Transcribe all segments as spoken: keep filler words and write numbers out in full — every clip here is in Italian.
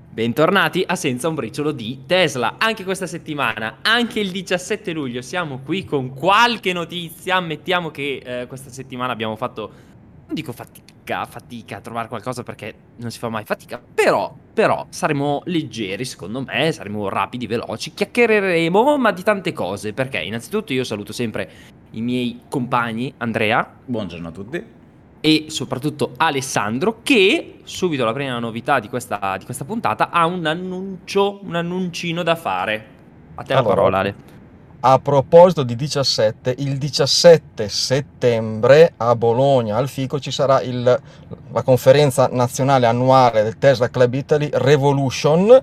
Bentornati a Senza un briciolo di Tesla. Anche questa settimana, anche il diciassette luglio, siamo qui con qualche notizia. Ammettiamo che eh, questa settimana abbiamo fatto, non dico fatica, fatica a trovare qualcosa perché non si fa mai fatica, però, però saremo leggeri, secondo me, saremo rapidi, veloci, chiacchiereremo, ma di tante cose, perché innanzitutto io saluto sempre i miei compagni, Andrea. Buongiorno a tutti. E soprattutto Alessandro, che subito la prima novità di questa, di questa puntata ha un annuncio, un annuncino da fare. A te la Allora, parola, Ale. a proposito di diciassette, il diciassette settembre a Bologna al Fico ci sarà il, la conferenza nazionale annuale del Tesla Club Italy Revolution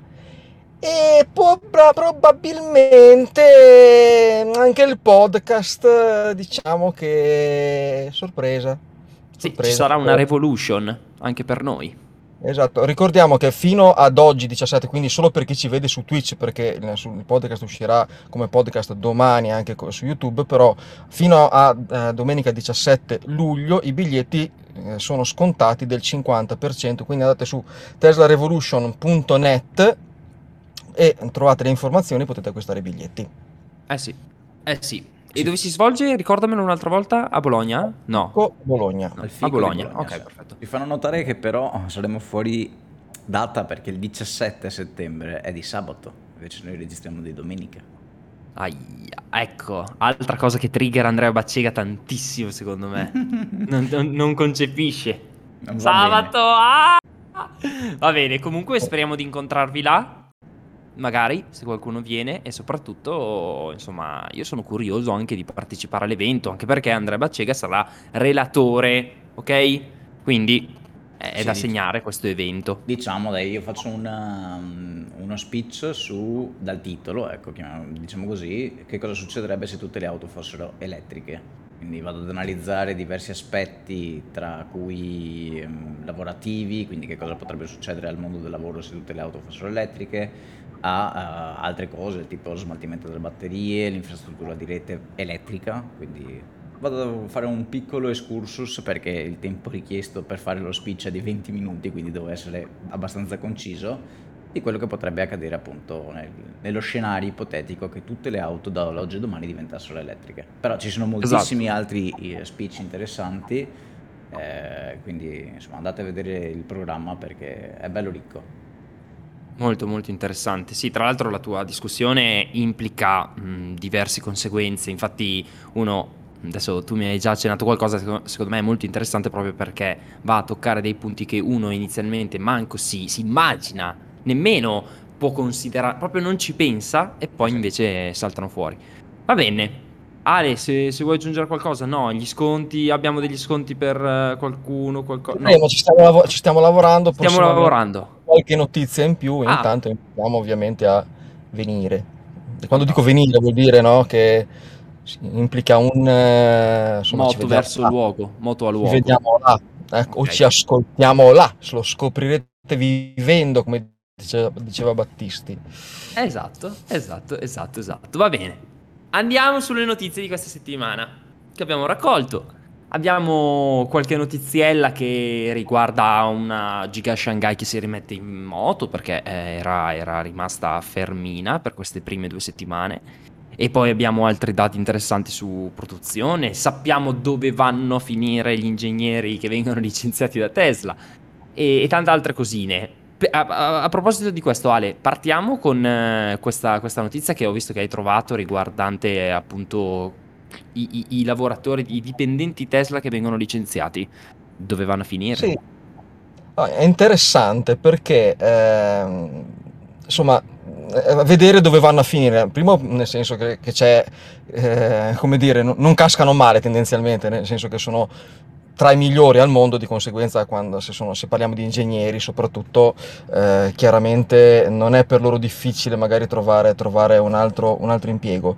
e po- probabilmente anche il podcast, diciamo che sorpresa. Sì, ci sorpresa. sarà una revolution anche per noi. Esatto, ricordiamo che fino ad oggi diciassette, quindi solo per chi ci vede su Twitch, perché il sul- il podcast uscirà come podcast domani anche co- su YouTube, però fino a eh, domenica diciassette luglio i biglietti eh, sono scontati del cinquanta per cento, quindi andate su tesla revolution punto net e trovate le informazioni, potete acquistare i biglietti. Eh sì, eh sì. E Sì. dove si svolge? Ricordamelo un'altra volta. A Bologna? No. Fico, Bologna. No, Al a Fico di Bologna. Bologna, Ok, sì. perfetto. Vi fanno notare che però saremo fuori data perché il diciassette settembre è di sabato, invece noi registriamo di domenica. Aia, ecco, altra cosa che trigger Andrea Baccega tantissimo, secondo me. non, non- non concepisce. Non va Sabato! Ah! Va bene, comunque speriamo di incontrarvi là. Magari, se qualcuno viene. E soprattutto, insomma, io sono curioso anche di partecipare all'evento. Anche perché Andrea Baccega sarà relatore, ok? Quindi è, è Sì, da dic- segnare questo evento. Diciamo, dai, io faccio una- uno speech su, dal titolo, ecco, chiamiamo- diciamo così, che cosa succederebbe se tutte le auto fossero elettriche. Quindi vado ad analizzare diversi aspetti, tra cui ehm, lavorativi, quindi che cosa potrebbe succedere al mondo del lavoro se tutte le auto fossero elettriche, a eh, altre cose, tipo lo smaltimento delle batterie, l'infrastruttura di rete elettrica, quindi vado a fare un piccolo excursus perché il tempo richiesto per fare lo speech è di venti minuti, quindi devo essere abbastanza conciso, di quello che potrebbe accadere appunto nel- nello scenario ipotetico che tutte le auto da oggi e domani diventassero elettriche. Però ci sono moltissimi Esatto. altri eh, speech interessanti, eh, quindi insomma andate a vedere il programma perché è bello ricco. Molto molto interessante. Sì, tra l'altro la tua discussione implica mh, diverse conseguenze. Infatti uno, adesso tu mi hai già accennato qualcosa, secondo, secondo me è molto interessante proprio perché va a toccare dei punti che uno inizialmente manco si, si immagina, nemmeno può considerare, proprio non ci pensa e poi Sì. invece saltano fuori. Va bene. Ale, se, se vuoi aggiungere qualcosa, no, gli sconti, abbiamo degli sconti per eh, qualcuno, qualcosa... No, Vedremo, ci stiamo, lav- ci stiamo lavorando, stiamo prossimamente lavorando. qualche notizia in più, Ah, intanto invitiamo ovviamente a venire. E quando dico fantastico. venire vuol dire, no, che si- implica un... eh, insomma, ci Moto vediamo verso là, luogo, moto a ci luogo. vediamo là, ecco, o Ok. ci ascoltiamo là, lo scoprirete vivendo, come diceva, diceva Battisti. Esatto, esatto, esatto, esatto. Va bene. Andiamo sulle notizie di questa settimana che abbiamo raccolto. Abbiamo qualche notiziella che riguarda una Giga Shanghai che si rimette in moto perché eh, era, era rimasta fermina per queste prime due settimane. E poi abbiamo altri dati interessanti su produzione. Sappiamo dove vanno a finire gli ingegneri che vengono licenziati da Tesla e, e tante altre cosine. Pe- A, a- a proposito di questo, Ale, partiamo con eh, questa, questa notizia che ho visto che hai trovato riguardante eh, appunto i, i- i lavoratori, i dipendenti Tesla che vengono licenziati. Dove vanno a finire? Sì, ah, è interessante perché, ehm, insomma, eh, vedere dove vanno a finire. Primo, nel senso che, che c'è, eh, come dire, no- non cascano male tendenzialmente, nel senso che sono tra i migliori al mondo, di conseguenza, quando se, sono- se parliamo di ingegneri, soprattutto, eh, chiaramente non è per loro difficile magari trovare, trovare un altro, un altro impiego.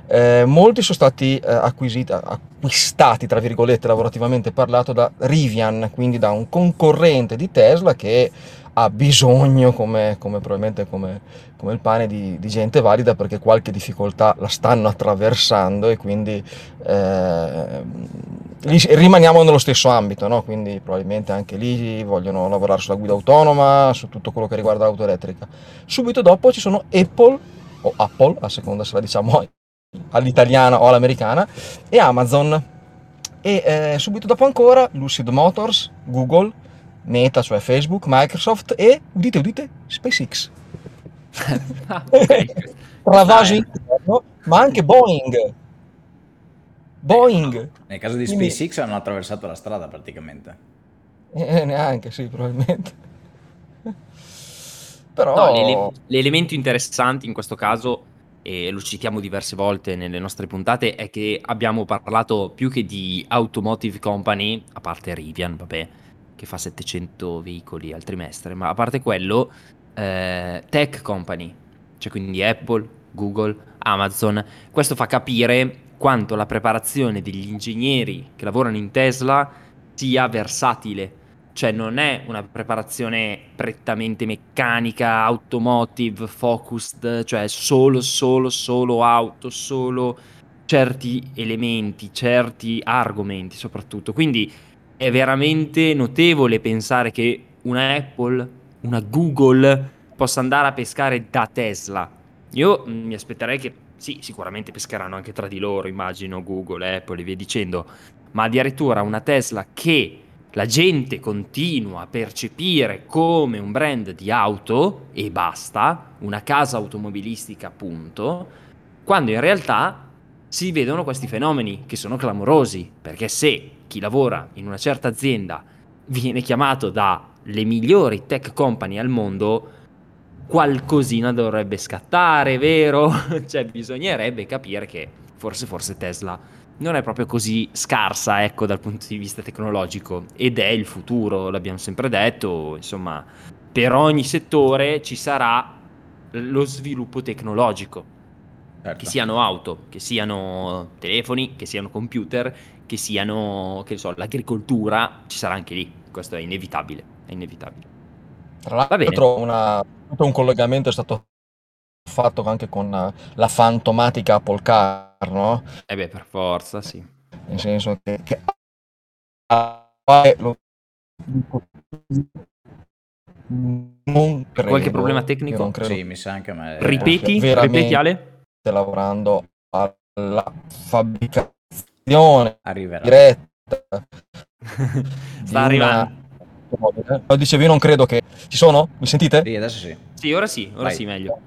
Eh, molti sono stati eh, acquisiti, acquistati, tra virgolette, lavorativamente parlato, da Rivian, quindi da un concorrente di Tesla che ha bisogno, come, come probabilmente come, come il pane, di, di gente valida, perché qualche difficoltà la stanno attraversando, e quindi eh, lì rimaniamo nello stesso ambito, no? Quindi probabilmente anche lì vogliono lavorare sulla guida autonoma, su tutto quello che riguarda l'auto elettrica. Subito dopo ci sono Apple, o Apple, a seconda se la diciamo all'italiana o all'americana, e Amazon. E eh, subito dopo ancora Lucid Motors, Google, Meta, cioè Facebook, Microsoft e, udite udite, SpaceX. Ah, ok. Travaso Questa è- interno, ma anche Boeing. Boeing. Nel caso di Quindi- SpaceX hanno attraversato la strada praticamente. Eh, neanche, sì, probabilmente. Però... No, l'ele- l'elemento interessante in questo caso, e lo citiamo diverse volte nelle nostre puntate, è che abbiamo parlato più che di automotive company, a parte Rivian, vabbè, che fa settecento veicoli al trimestre, ma a parte quello, eh, tech company, cioè quindi Apple, Google, Amazon. Questo fa capire quanto la preparazione degli ingegneri che lavorano in Tesla sia versatile. Cioè non è una preparazione prettamente meccanica, automotive, focused, cioè solo, solo, solo auto, solo certi elementi, certi argomenti soprattutto. Quindi è veramente notevole pensare che una Apple, una Google possa andare a pescare da Tesla. Io mm, mi aspetterei che, sì, sicuramente pescheranno anche tra di loro, immagino, Google, Apple e via dicendo, ma addirittura una Tesla che la gente continua a percepire come un brand di auto e basta, una casa automobilistica appunto, quando in realtà si vedono questi fenomeni che sono clamorosi, perché se chi lavora in una certa azienda viene chiamato dalle migliori tech company al mondo, qualcosina dovrebbe scattare, vero? Cioè bisognerebbe capire che forse forse Tesla non è proprio così scarsa, ecco, dal punto di vista tecnologico, ed è il futuro, l'abbiamo sempre detto, insomma, per ogni settore ci sarà lo sviluppo tecnologico, Certo. che siano auto, che siano telefoni, che siano computer, che siano, che ne so, l'agricoltura, ci sarà anche lì, questo è inevitabile, è inevitabile. Tra Va bene. l'altro una- tutto un collegamento è stato fatto anche con eh, la fantomatica Apple Car, no? Eh beh, per forza, sì. Nel senso che, che ha- lo dico, non Qualche problema credo, io non tecnico? credo Sì, mi sa anche a me. Ripeti, veramente ripeti Ale? lavorando alla fabbricazione Arriverà. diretta di Sta una arrivando. automobile. Lo dicevo, io non credo che... Ci sono? Mi sentite? Sì, adesso sì. Sì, ora sì, ora Vai. sì, meglio.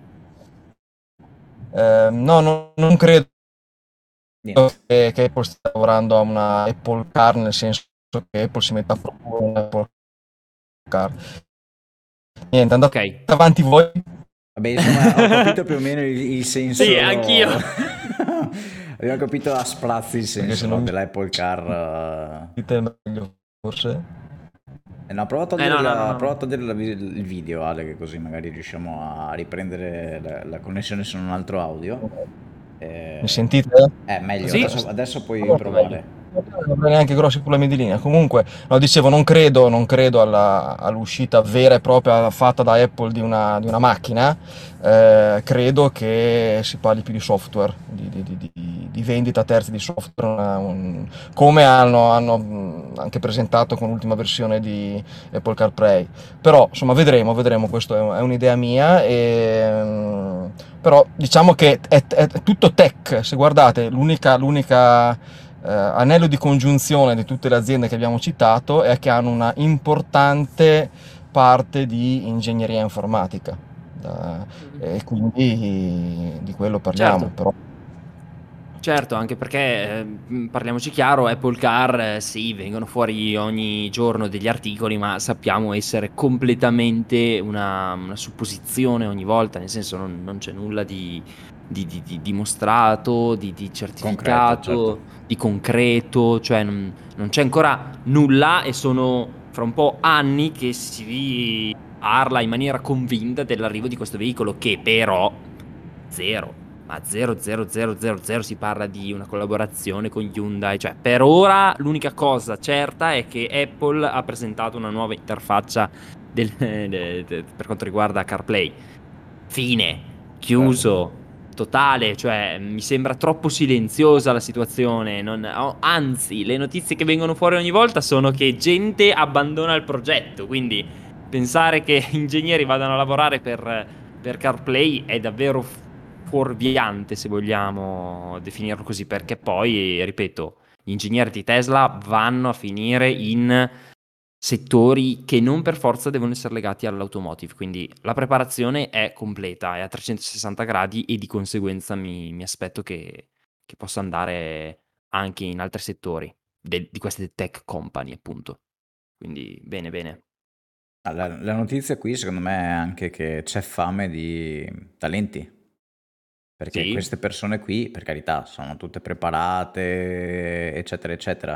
Eh, no, non, non credo Niente. che, che Apple stia lavorando a una Apple Car, nel senso che Apple si metta a proporre una Apple Car. Niente, andate Ok. avanti voi. Vabbè, insomma, ho capito più o meno il, il senso. Sì, anch'io. Abbiamo capito a sprazzi il Perché se senso non dell'Apple Car. dite meglio, forse. Eh, no, prova a Eh, togliere, no, no, la- no, no. prova a togliere la vi- il video, Ale, che così magari riusciamo a riprendere la, la connessione su un altro audio. Eh, Mi sentite? Eh, meglio, Sì. adesso, adesso puoi Molto provare. Non avrei neanche grossi problemi di linea. Comunque, no, dicevo, non credo, non credo alla- all'uscita vera e propria fatta da Apple di una, di una macchina. Eh, credo che si parli più di software, di, di- di- di- di vendita terzi di software, una- un- come hanno, hanno mh, anche presentato con l'ultima versione di Apple CarPlay. Però, insomma, vedremo, vedremo. Questo è, è un'idea mia. E, mh, però diciamo che è, è- è tutto tech. Se guardate, l'unica, l'unica eh, anello di congiunzione di tutte le aziende che abbiamo citato è che hanno una importante parte di ingegneria informatica. Da- e quindi di quello parliamo. Certo. Però Certo, anche perché, eh, mh, parliamoci chiaro, Apple Car, eh, sì, vengono fuori ogni giorno degli articoli, ma sappiamo essere completamente una, una supposizione ogni volta, nel senso non, non c'è nulla di, di- di- di dimostrato, di, di certificato, certo. di concreto, cioè non, non c'è ancora nulla e sono fra un po' anni che si parla in maniera convinta dell'arrivo di questo veicolo, che però zero. ma zero zero zero zero zero si parla di una collaborazione con Hyundai. Cioè, per ora l'unica cosa certa è che Apple ha presentato una nuova interfaccia del, de, de, per quanto riguarda CarPlay. Fine, chiuso, totale. Cioè, mi sembra troppo silenziosa la situazione. Non, oh, anzi, le notizie che vengono fuori ogni volta sono che gente abbandona il progetto. Quindi pensare che ingegneri vadano a lavorare per, per CarPlay è davvero fuorviante, se vogliamo definirlo così, perché poi, ripeto, gli ingegneri di Tesla vanno a finire in settori che non per forza devono essere legati all'automotive, quindi la preparazione è completa, è a trecentosessanta gradi e di conseguenza mi, mi aspetto che, che possa andare anche in altri settori de- di queste tech company, appunto. Quindi bene, bene. Ah, La, la notizia qui secondo me è anche che c'è fame di talenti, perché Sì, queste persone qui, per carità, sono tutte preparate, eccetera, eccetera,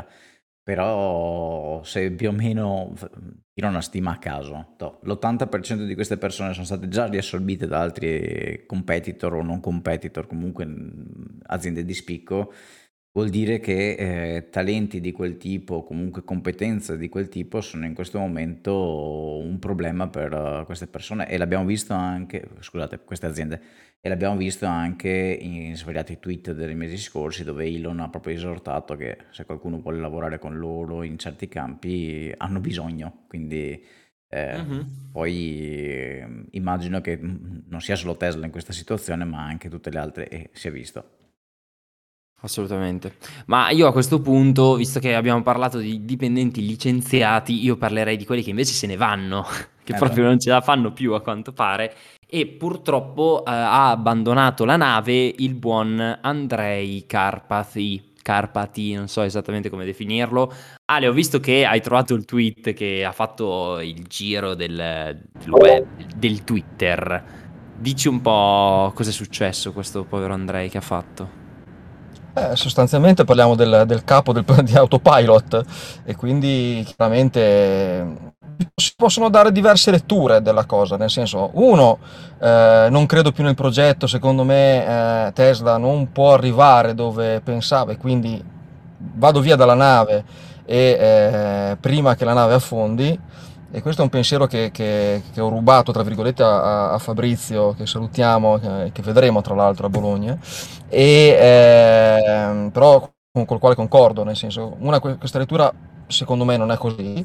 però se più o meno, f- tiro una stima a caso, toh, l'ottanta per cento di queste persone sono state già riassorbite da altri competitor o non competitor, comunque mh, aziende di spicco. Vuol dire che eh, talenti di quel tipo, comunque competenze di quel tipo, sono in questo momento un problema per eh, queste persone e l'abbiamo visto anche, scusate, queste aziende, e l'abbiamo visto anche in svariati tweet dei mesi scorsi dove Elon ha proprio esortato che se qualcuno vuole lavorare con loro in certi campi hanno bisogno, quindi eh, mhm, poi eh, immagino che mm, non sia solo Tesla in questa situazione ma anche tutte le altre e si è visto. assolutamente. Ma io a questo punto, visto che abbiamo parlato di dipendenti licenziati, io parlerei di quelli che invece se ne vanno, che Eh beh. proprio non ce la fanno più a quanto pare, e purtroppo eh, ha abbandonato la nave il buon Andrei Karpathy. Carpati, non so esattamente come definirlo. Ale, ho visto che hai trovato il tweet che ha fatto il giro del, del web, del Twitter. Dici un po' cosa è successo questo povero Andrei che ha fatto. Eh, sostanzialmente parliamo del, del capo del, di Autopilot e quindi chiaramente eh, si possono dare diverse letture della cosa, nel senso, uno, eh, non credo più nel progetto, secondo me eh, Tesla non può arrivare dove pensava e quindi vado via dalla nave e, eh, prima che la nave affondi. E questo è un pensiero che, che- che ho rubato, tra virgolette, a, a Fabrizio, che salutiamo, che, che vedremo tra l'altro a Bologna, e, ehm, però con col quale concordo, nel senso, una, questa lettura secondo me non è così.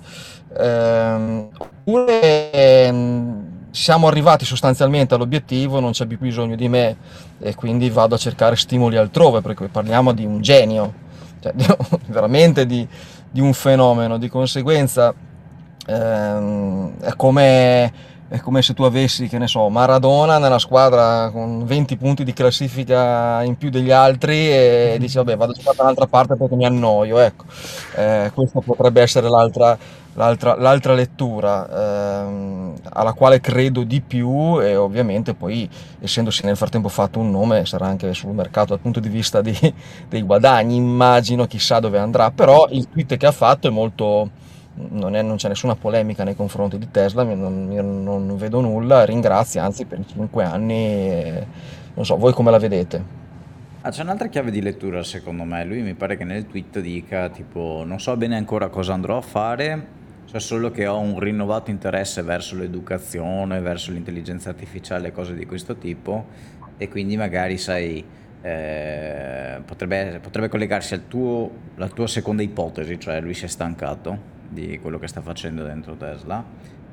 Ehm, oppure ehm, siamo arrivati sostanzialmente all'obiettivo, non c'è più bisogno di me e quindi vado a cercare stimoli altrove, perché parliamo di un genio, cioè, di- veramente di, di un fenomeno, di conseguenza ehm, è come, è come se tu avessi, che ne so, Maradona nella squadra con venti punti di classifica in più degli altri e dici vabbè vado a giocare da un'altra parte perché mi annoio, ecco. Eh, questa potrebbe essere l'altra l'altra l'altra lettura ehm, alla quale credo di più e ovviamente poi essendosi nel frattempo fatto un nome sarà anche sul mercato dal punto di vista di, dei guadagni, immagino, chissà dove andrà, però il tweet che ha fatto è molto, non, è- non c'è nessuna polemica nei confronti di Tesla, mi- non, io non vedo nulla, ringrazio anzi per i cinque anni, e non so, voi come la vedete? Ah, c'è un'altra chiave di lettura secondo me. Lui mi pare che nel tweet dica tipo non so bene ancora cosa andrò a fare, so solo che ho un rinnovato interesse verso l'educazione, verso l'intelligenza artificiale e cose di questo tipo e quindi magari sai eh, potrebbe, potrebbe collegarsi al tuo, alla tua seconda ipotesi, cioè lui si è stancato di quello che sta facendo dentro Tesla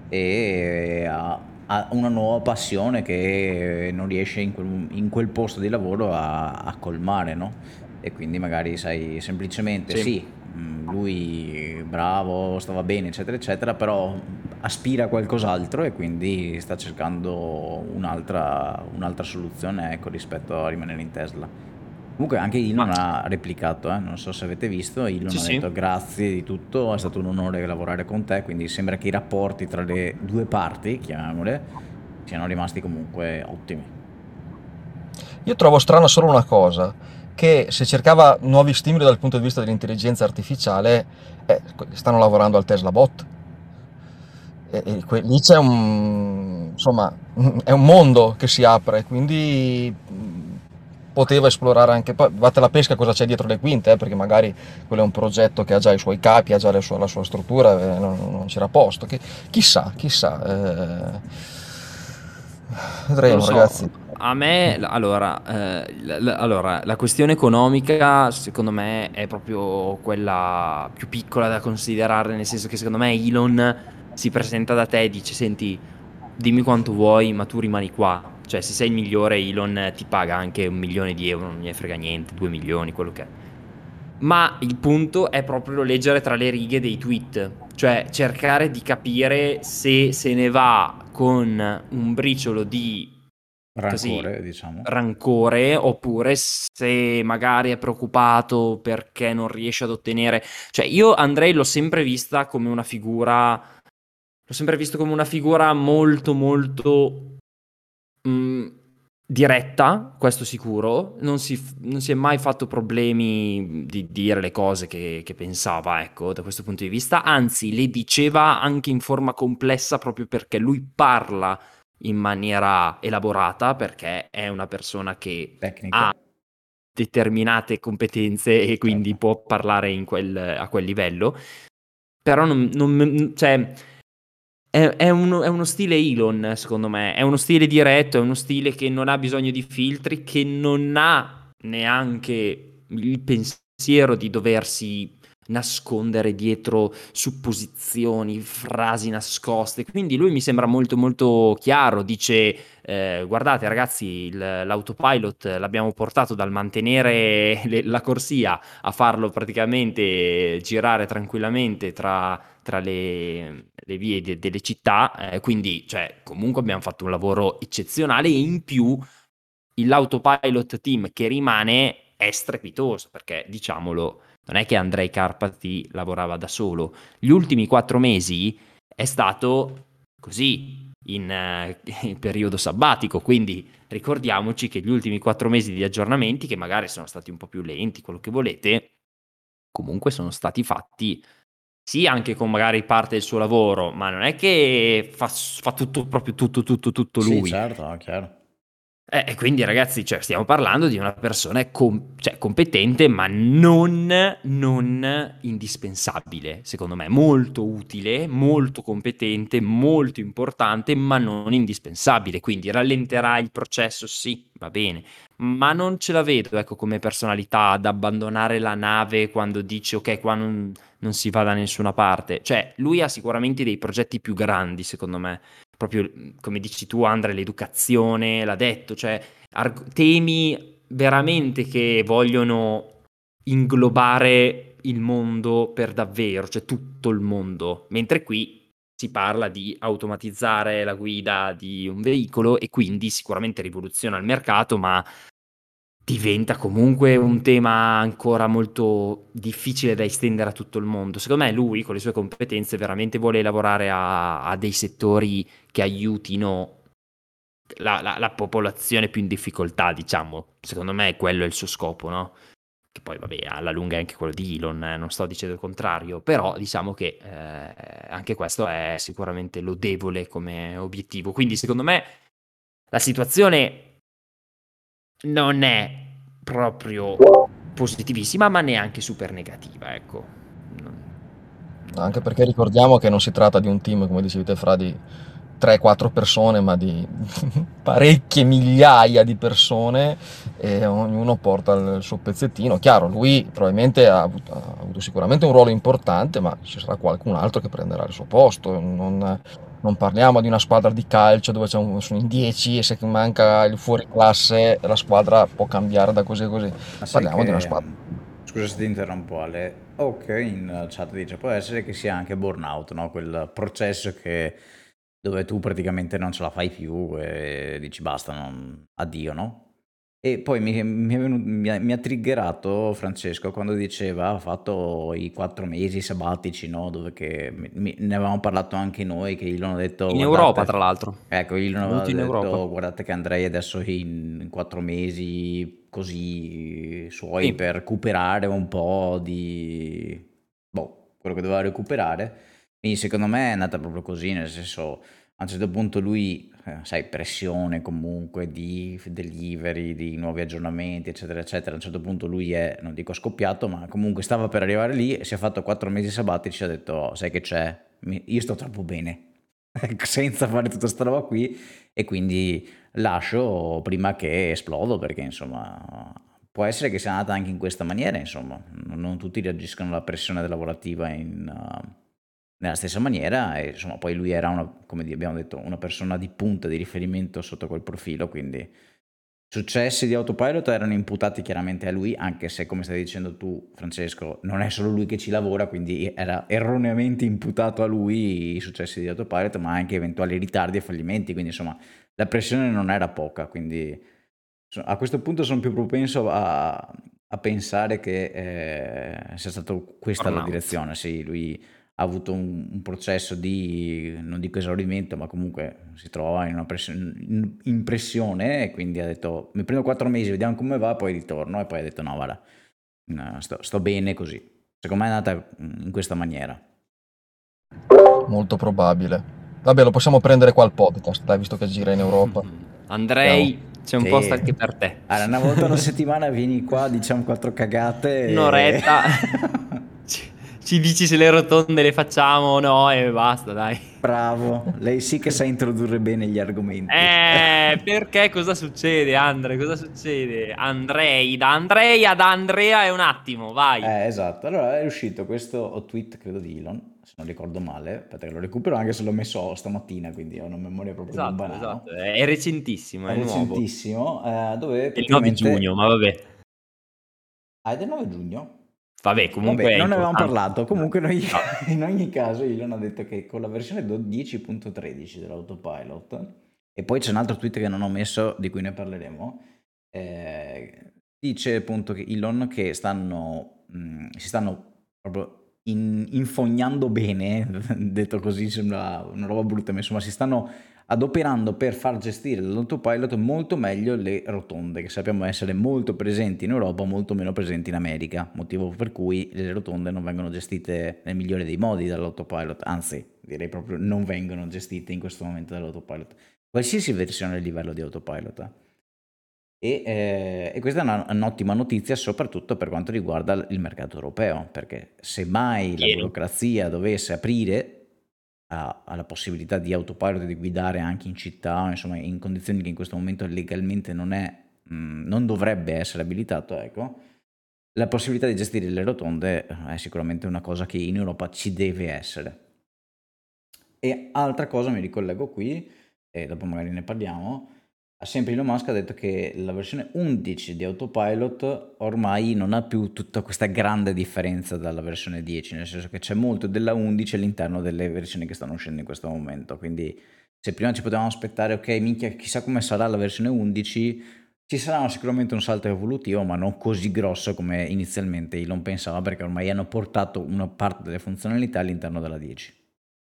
e ha, ha una nuova passione che non riesce in quel, in quel posto di lavoro a, a colmare, no? E quindi magari sai semplicemente Sì. sì, mh, lui bravo, stava bene, eccetera, eccetera, però aspira a qualcos'altro e quindi sta cercando un'altra, un'altra soluzione, ecco, rispetto a rimanere in Tesla. Comunque anche Ma Elon ha replicato, eh, non so se avete visto, Elon sì, ha detto sì. grazie di tutto, è stato un onore lavorare con te, quindi sembra che i rapporti tra le due parti, chiamiamole, siano rimasti comunque ottimi. Io trovo strano solo una cosa, che se cercava nuovi stimoli dal punto di vista dell'intelligenza artificiale, eh, stanno lavorando al Tesla Bot. E, e que- lì c'è un, insomma, è un mondo che si apre, quindi mh, poteva esplorare anche, poi vatte la pesca cosa c'è dietro le quinte, eh, perché magari quello è un progetto che ha già i suoi capi, ha già la sua, la sua struttura, eh, non, non c'era posto, che, chissà, chissà, eh, Non lo vedremo so, ragazzi. a me, l- allora, eh, l- l- allora, la questione economica secondo me è proprio quella più piccola da considerare, nel senso che secondo me Elon si presenta da te e dice, senti, dimmi quanto vuoi, ma tu rimani qua. Cioè, se sei il migliore, Elon ti paga anche un milione di euro, non gliene frega niente, due milioni, quello che è. Ma il punto è proprio leggere tra le righe dei tweet, cioè cercare di capire se se ne va con un briciolo di così Rancore, diciamo. rancore oppure se magari è preoccupato perché non riesce ad ottenere. Cioè, io Andrei l'ho sempre vista come una figura, l'ho sempre visto come una figura molto molto mh, diretta, questo sicuro, non si, non si è mai fatto problemi di dire le cose che, che pensava, ecco, da questo punto di vista, anzi le diceva anche in forma complessa proprio perché lui parla in maniera elaborata, perché è una persona che Tecnica, ha determinate competenze e quindi certo. può parlare in quel- a quel livello, però non, non- cioè, è, è uno, è uno stile Elon, secondo me. È uno stile diretto, è uno stile che non ha bisogno di filtri, che non ha neanche il pensiero di doversi nascondere dietro supposizioni, frasi nascoste. Quindi lui mi sembra molto molto chiaro. Dice: eh, guardate, ragazzi, il- l'autopilot l'abbiamo portato dal mantenere le- la corsia a farlo praticamente girare tranquillamente tra tra le, le vie de- delle città, eh, quindi cioè, comunque abbiamo fatto un lavoro eccezionale e in più l'autopilot team che rimane è strepitoso, perché diciamolo, non è che Andrei Carpati lavorava da solo, gli ultimi quattro mesi è stato così, in, eh, in periodo sabbatico, quindi ricordiamoci che gli ultimi quattro mesi di aggiornamenti, che magari sono stati un po' più lenti, quello che volete, comunque sono stati fatti sì, anche con magari parte del suo lavoro, ma non è che fa, fa tutto, proprio tutto, tutto, tutto Sì, lui. certo, no, chiaro. Eh, E quindi ragazzi, cioè, stiamo parlando di una persona com- cioè, competente, ma non, non indispensabile, secondo me. Molto utile, molto competente, molto importante, ma non indispensabile. Quindi rallenterà il processo, sì, va bene. Ma non ce la vedo, ecco, come personalità ad abbandonare la nave quando dice ok, qua non, non si va da nessuna parte. Cioè, lui ha sicuramente dei progetti più grandi, secondo me proprio come dici tu, Andre, l'educazione, l'ha detto, cioè arg- temi veramente che vogliono inglobare il mondo per davvero, cioè tutto il mondo, mentre qui si parla di automatizzare la guida di un veicolo e quindi sicuramente rivoluziona il mercato, ma diventa comunque un tema ancora molto difficile da estendere a tutto il mondo. Secondo me lui, con le sue competenze, veramente vuole lavorare a, a dei settori che aiutino la, la- la popolazione più in difficoltà, diciamo. Secondo me quello è il suo scopo, no? Che poi, vabbè, alla lunga è anche quello di Elon, eh, non sto dicendo il contrario, però diciamo che eh, anche questo è sicuramente lodevole come obiettivo. Quindi, secondo me, la situazione non è proprio positivissima, ma neanche super negativa, ecco. Non- Anche perché ricordiamo che non si tratta di un team, come dicevi te, fra di tre quattro persone, ma di parecchie migliaia di persone e ognuno porta il suo pezzettino. Chiaro, lui probabilmente ha avuto, ha avuto sicuramente un ruolo importante, ma ci sarà qualcun altro che prenderà il suo posto. Non, non parliamo di una squadra di calcio dove c'è un- sono in dieci e se manca il fuoriclasse la squadra può cambiare da così a così. Ma sai Parliamo di una che, squadra. mh, scusa se ti interrompo Ale, ok, in chat dice può essere che sia anche burnout, no? Quel processo che dove tu praticamente non ce la fai più e dici basta, non- addio, no? E poi mi, mi è venu- mi ha, mi ha triggerato Francesco quando diceva ha fatto i quattro mesi sabbatici, no? Dove che mi- mi- ne avevamo parlato anche noi, che gli hanno detto In Europa, tra guardate, l'altro. ecco, gli È aveva venuto in Europa. detto guardate che Andrei adesso in, in quattro mesi così suoi Sì. per recuperare un po' di, boh, quello che doveva recuperare. Quindi secondo me è andata proprio così, nel senso a un certo punto lui, eh, sai, pressione comunque di delivery, di nuovi aggiornamenti, eccetera, eccetera. A un certo punto lui è, non dico scoppiato, ma comunque stava per arrivare lì e si è fatto quattro mesi sabbatici e ha detto, "Oh, sai che c'è? Mi- Io sto troppo bene, ecco, senza fare tutta sta roba qui e quindi lascio prima che esplodo perché insomma può essere che sia nata anche in questa maniera, insomma, non, non tutti reagiscono alla pressione lavorativa in, uh, nella stessa maniera e insomma poi lui era una, come di- abbiamo detto, una persona di punta di riferimento sotto quel profilo, quindi successi di Autopilot erano imputati chiaramente a lui, anche se come stai dicendo tu Francesco non è solo lui che ci lavora, quindi era erroneamente imputato a lui i successi di Autopilot, ma anche eventuali ritardi e fallimenti, quindi insomma la pressione non era poca, quindi so- a questo punto sono più propenso a, a pensare che eh, sia stata questa la Burnout. direzione, sì, lui ha avuto un, un processo di, non dico esaurimento, ma comunque si trova in una press- in, in pressione e quindi ha detto mi prendo quattro mesi, vediamo come va, poi ritorno e poi ha detto no, guarda, no, sto, sto bene così. Secondo me è andata in questa maniera. Molto probabile. Vabbè, lo possiamo prendere qua al podcast, dai, visto che gira in Europa. Vediamo. Andrei, c'è un posto Sì. anche per te. Allora, una volta alla settimana vieni qua, diciamo quattro cagate e... Un'oretta. Ci, ci dici se le rotonde le facciamo o no e basta, dai. Bravo, lei sì che sa introdurre bene gli argomenti. Eh, perché cosa succede, Andre? Cosa succede? Andrei, da Andrei ad Andrea è un attimo, vai. Eh, esatto, allora è uscito questo tweet, credo di Elon, se non ricordo male, aspetta che lo recupero anche se l'ho messo stamattina, quindi ho una memoria proprio di un Esatto, esatto, banano. è è recentissimo, È è nuovo. recentissimo, eh, dove È il nove giugno, praticamente... ma vabbè. Ah, è del nove giugno? Vabbè, Vabbè, comunque è non ne avevamo importante. parlato. Comunque noi, Esatto. in ogni caso, Elon ha detto che con la versione dieci punto tredici dell'autopilot, e poi c'è un altro tweet che non ho messo, di cui ne parleremo, eh, dice appunto che Elon che stanno, mh, si stanno proprio in- infognando bene, detto così sembra una roba brutta, ma insomma si stanno adoperando per far gestire l'autopilot molto meglio le rotonde, che sappiamo essere molto presenti in Europa, molto meno presenti in America, motivo per cui le rotonde non vengono gestite nel migliore dei modi dall'autopilot, anzi direi proprio non vengono gestite in questo momento dall'autopilot, qualsiasi versione a livello di autopilot. eh. E, eh, e questa è una- un'ottima notizia soprattutto per quanto riguarda il mercato europeo, perché se mai la Pieno. burocrazia dovesse aprire a- alla possibilità di autopilot di guidare anche in città, insomma in condizioni che in questo momento legalmente non è, mh, non dovrebbe essere abilitato, ecco, la possibilità di gestire le rotonde eh, è sicuramente una cosa che in Europa ci deve essere. E altra cosa, mi ricollego qui, e dopo magari ne parliamo, ha sempre Elon Musk ha detto che la versione undici di Autopilot ormai non ha più tutta questa grande differenza dalla versione dieci, nel senso che c'è molto della undici all'interno delle versioni che stanno uscendo in questo momento, quindi se prima ci potevamo aspettare, ok, minchia, chissà come sarà la versione undici, ci sarà sicuramente un salto evolutivo, ma non così grosso come inizialmente Elon pensava, perché ormai hanno portato una parte delle funzionalità all'interno della dieci.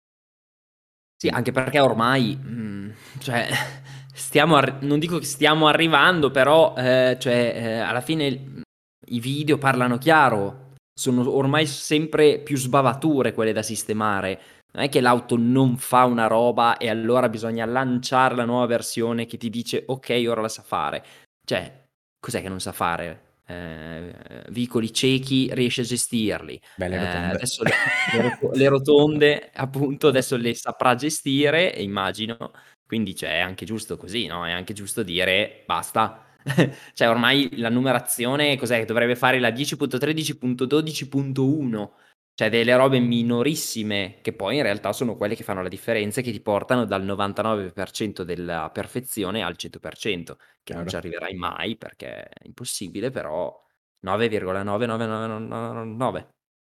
Sì, anche perché ormai, mh, cioè, stiamo, arri- non dico che stiamo arrivando, però, eh, cioè, eh, alla fine mh, i video parlano chiaro, sono ormai sempre più sbavature quelle da sistemare. Non è che l'auto non fa una roba e allora bisogna lanciare la nuova versione che ti dice ok, ora la sa fare. Cioè, cos'è che non sa fare? Eh, vicoli ciechi riesce a gestirli. Eh, Belle rotonde. adesso le, le rot- le rotonde, appunto, adesso le saprà gestire, e immagino. Quindi cioè, è anche giusto così, no? È anche giusto dire basta. Cioè, ormai la numerazione cos'è? Dovrebbe fare la dieci punto tredici punto dodici punto uno. Cioè, delle robe minorissime, che poi in realtà sono quelle che fanno la differenza e che ti portano dal novantanove per cento della perfezione al cento per cento, che non ci Chiaro. arriverai mai perché è impossibile, però nove virgola nove nove nove nove nove,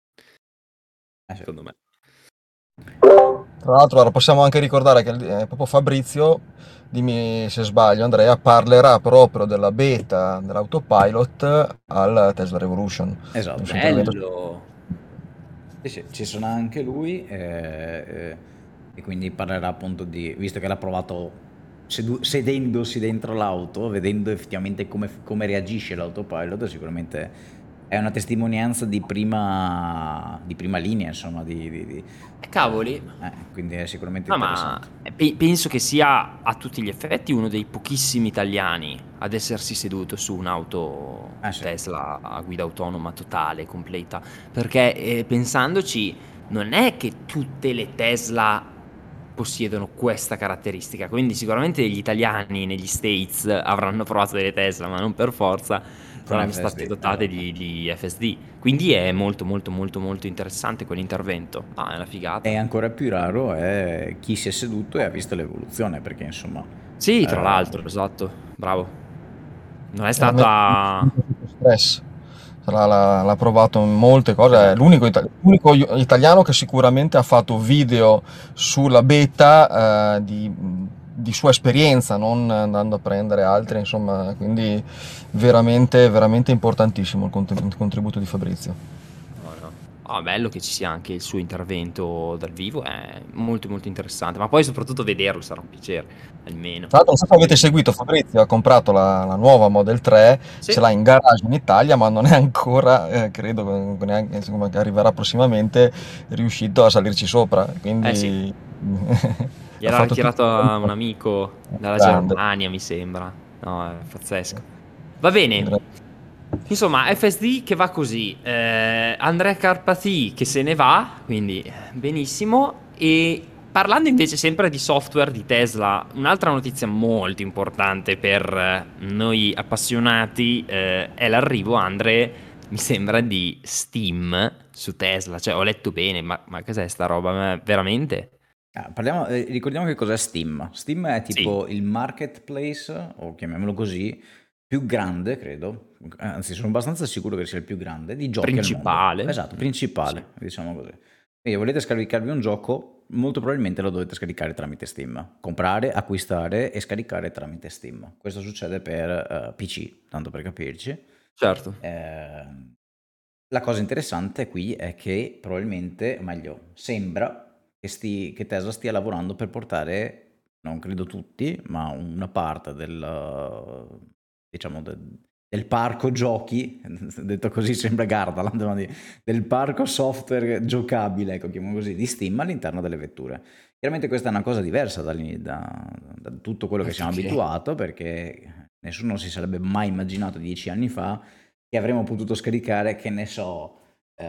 Eh sì. secondo me. Tra l'altro, ora possiamo anche ricordare che eh, proprio Fabrizio, dimmi se sbaglio, Andrea, parlerà proprio della beta dell'autopilot al Tesla Revolution. Quindi Esatto. su intervento. Bello! Sì, sì, ci sarà anche lui eh, eh, e quindi parlerà appunto di, visto che l'ha provato sedu- sedendosi dentro l'auto, vedendo effettivamente come, come reagisce l'autopilot, sicuramente È una testimonianza di prima, di prima linea, insomma, di, di- di- Eh, Cavoli. eh, quindi è sicuramente No, ma interessante. pe- penso che sia a tutti gli effetti uno dei pochissimi italiani ad essersi seduto su un'auto Eh sì. Tesla a guida autonoma totale, completa. Perché eh, pensandoci, non è che tutte le Tesla possiedono questa caratteristica. Quindi sicuramente gli italiani negli States avranno provato delle Tesla, ma non per forza Con saranno state F S D, dotate esatto. di, di F S D. Quindi è molto molto molto molto interessante quell'intervento. Ah, è una E figata. ancora più raro è chi si è seduto e ha visto l'evoluzione, perché insomma, Sì, tra eh, l'altro, esatto, bravo. Non è Veramente stata... sotto stress. L'ha, l'ha- l'ha provato in molte cose. È esatto. l'unico, ita- l'unico io- italiano che sicuramente ha fatto video sulla beta eh, di, di sua esperienza, non andando a prendere altri, insomma, quindi veramente, veramente importantissimo il cont- il contributo di Fabrizio. No, no. Ah, bello che ci sia anche il suo intervento dal vivo, è molto molto interessante, ma poi soprattutto vederlo sarà un piacere, almeno. Tra l'altro, non so se avete seguito, Fabrizio ha comprato la, la nuova Model tre, Sì, ce l'ha in garage in Italia, ma non è ancora, eh, credo, neanche, insomma, che arriverà prossimamente, riuscito a salirci sopra. eh sì, Quindi gli ha era fatto tutto ritirato a un molto amico dalla grande. Germania, mi sembra. No, è pazzesco. Va bene. Gra- Insomma, F S D che va così, eh, Andrea Carpati che se ne va, quindi eh, benissimo. E parlando invece sempre di software di Tesla, un'altra notizia molto importante per eh, noi appassionati eh, è l'arrivo, Andre, mi sembra, di Steam su Tesla. Cioè, ho letto bene, ma, ma cos'è sta roba? Ma veramente? Ah, parliamo, eh, ricordiamo che cos'è Steam. Steam è Sì, tipo il marketplace, o chiamiamolo così, più grande, credo, anzi sono abbastanza sicuro che sia il più grande, di giochi al mondo. principale. Esatto, Mm, sì, principale, diciamo così. Quindi volete scaricarvi un gioco, molto probabilmente lo dovete scaricare tramite Steam. Comprare, acquistare e scaricare tramite Steam. Questo succede per eh, P C, tanto per capirci. certo. Eh, la cosa interessante qui è che probabilmente, o meglio, sembra che, sti- che Tesla stia lavorando per portare, non credo tutti, ma una parte del, diciamo, del, del parco giochi, detto così sembra Gardaland, ma di- del parco software giocabile, ecco, chiamiamolo così, di Steam all'interno delle vetture. Chiaramente questa è una cosa diversa da, da- da tutto quello che siamo Perché? abituato, perché nessuno si sarebbe mai immaginato dieci anni fa che avremmo potuto scaricare, che ne so, eh,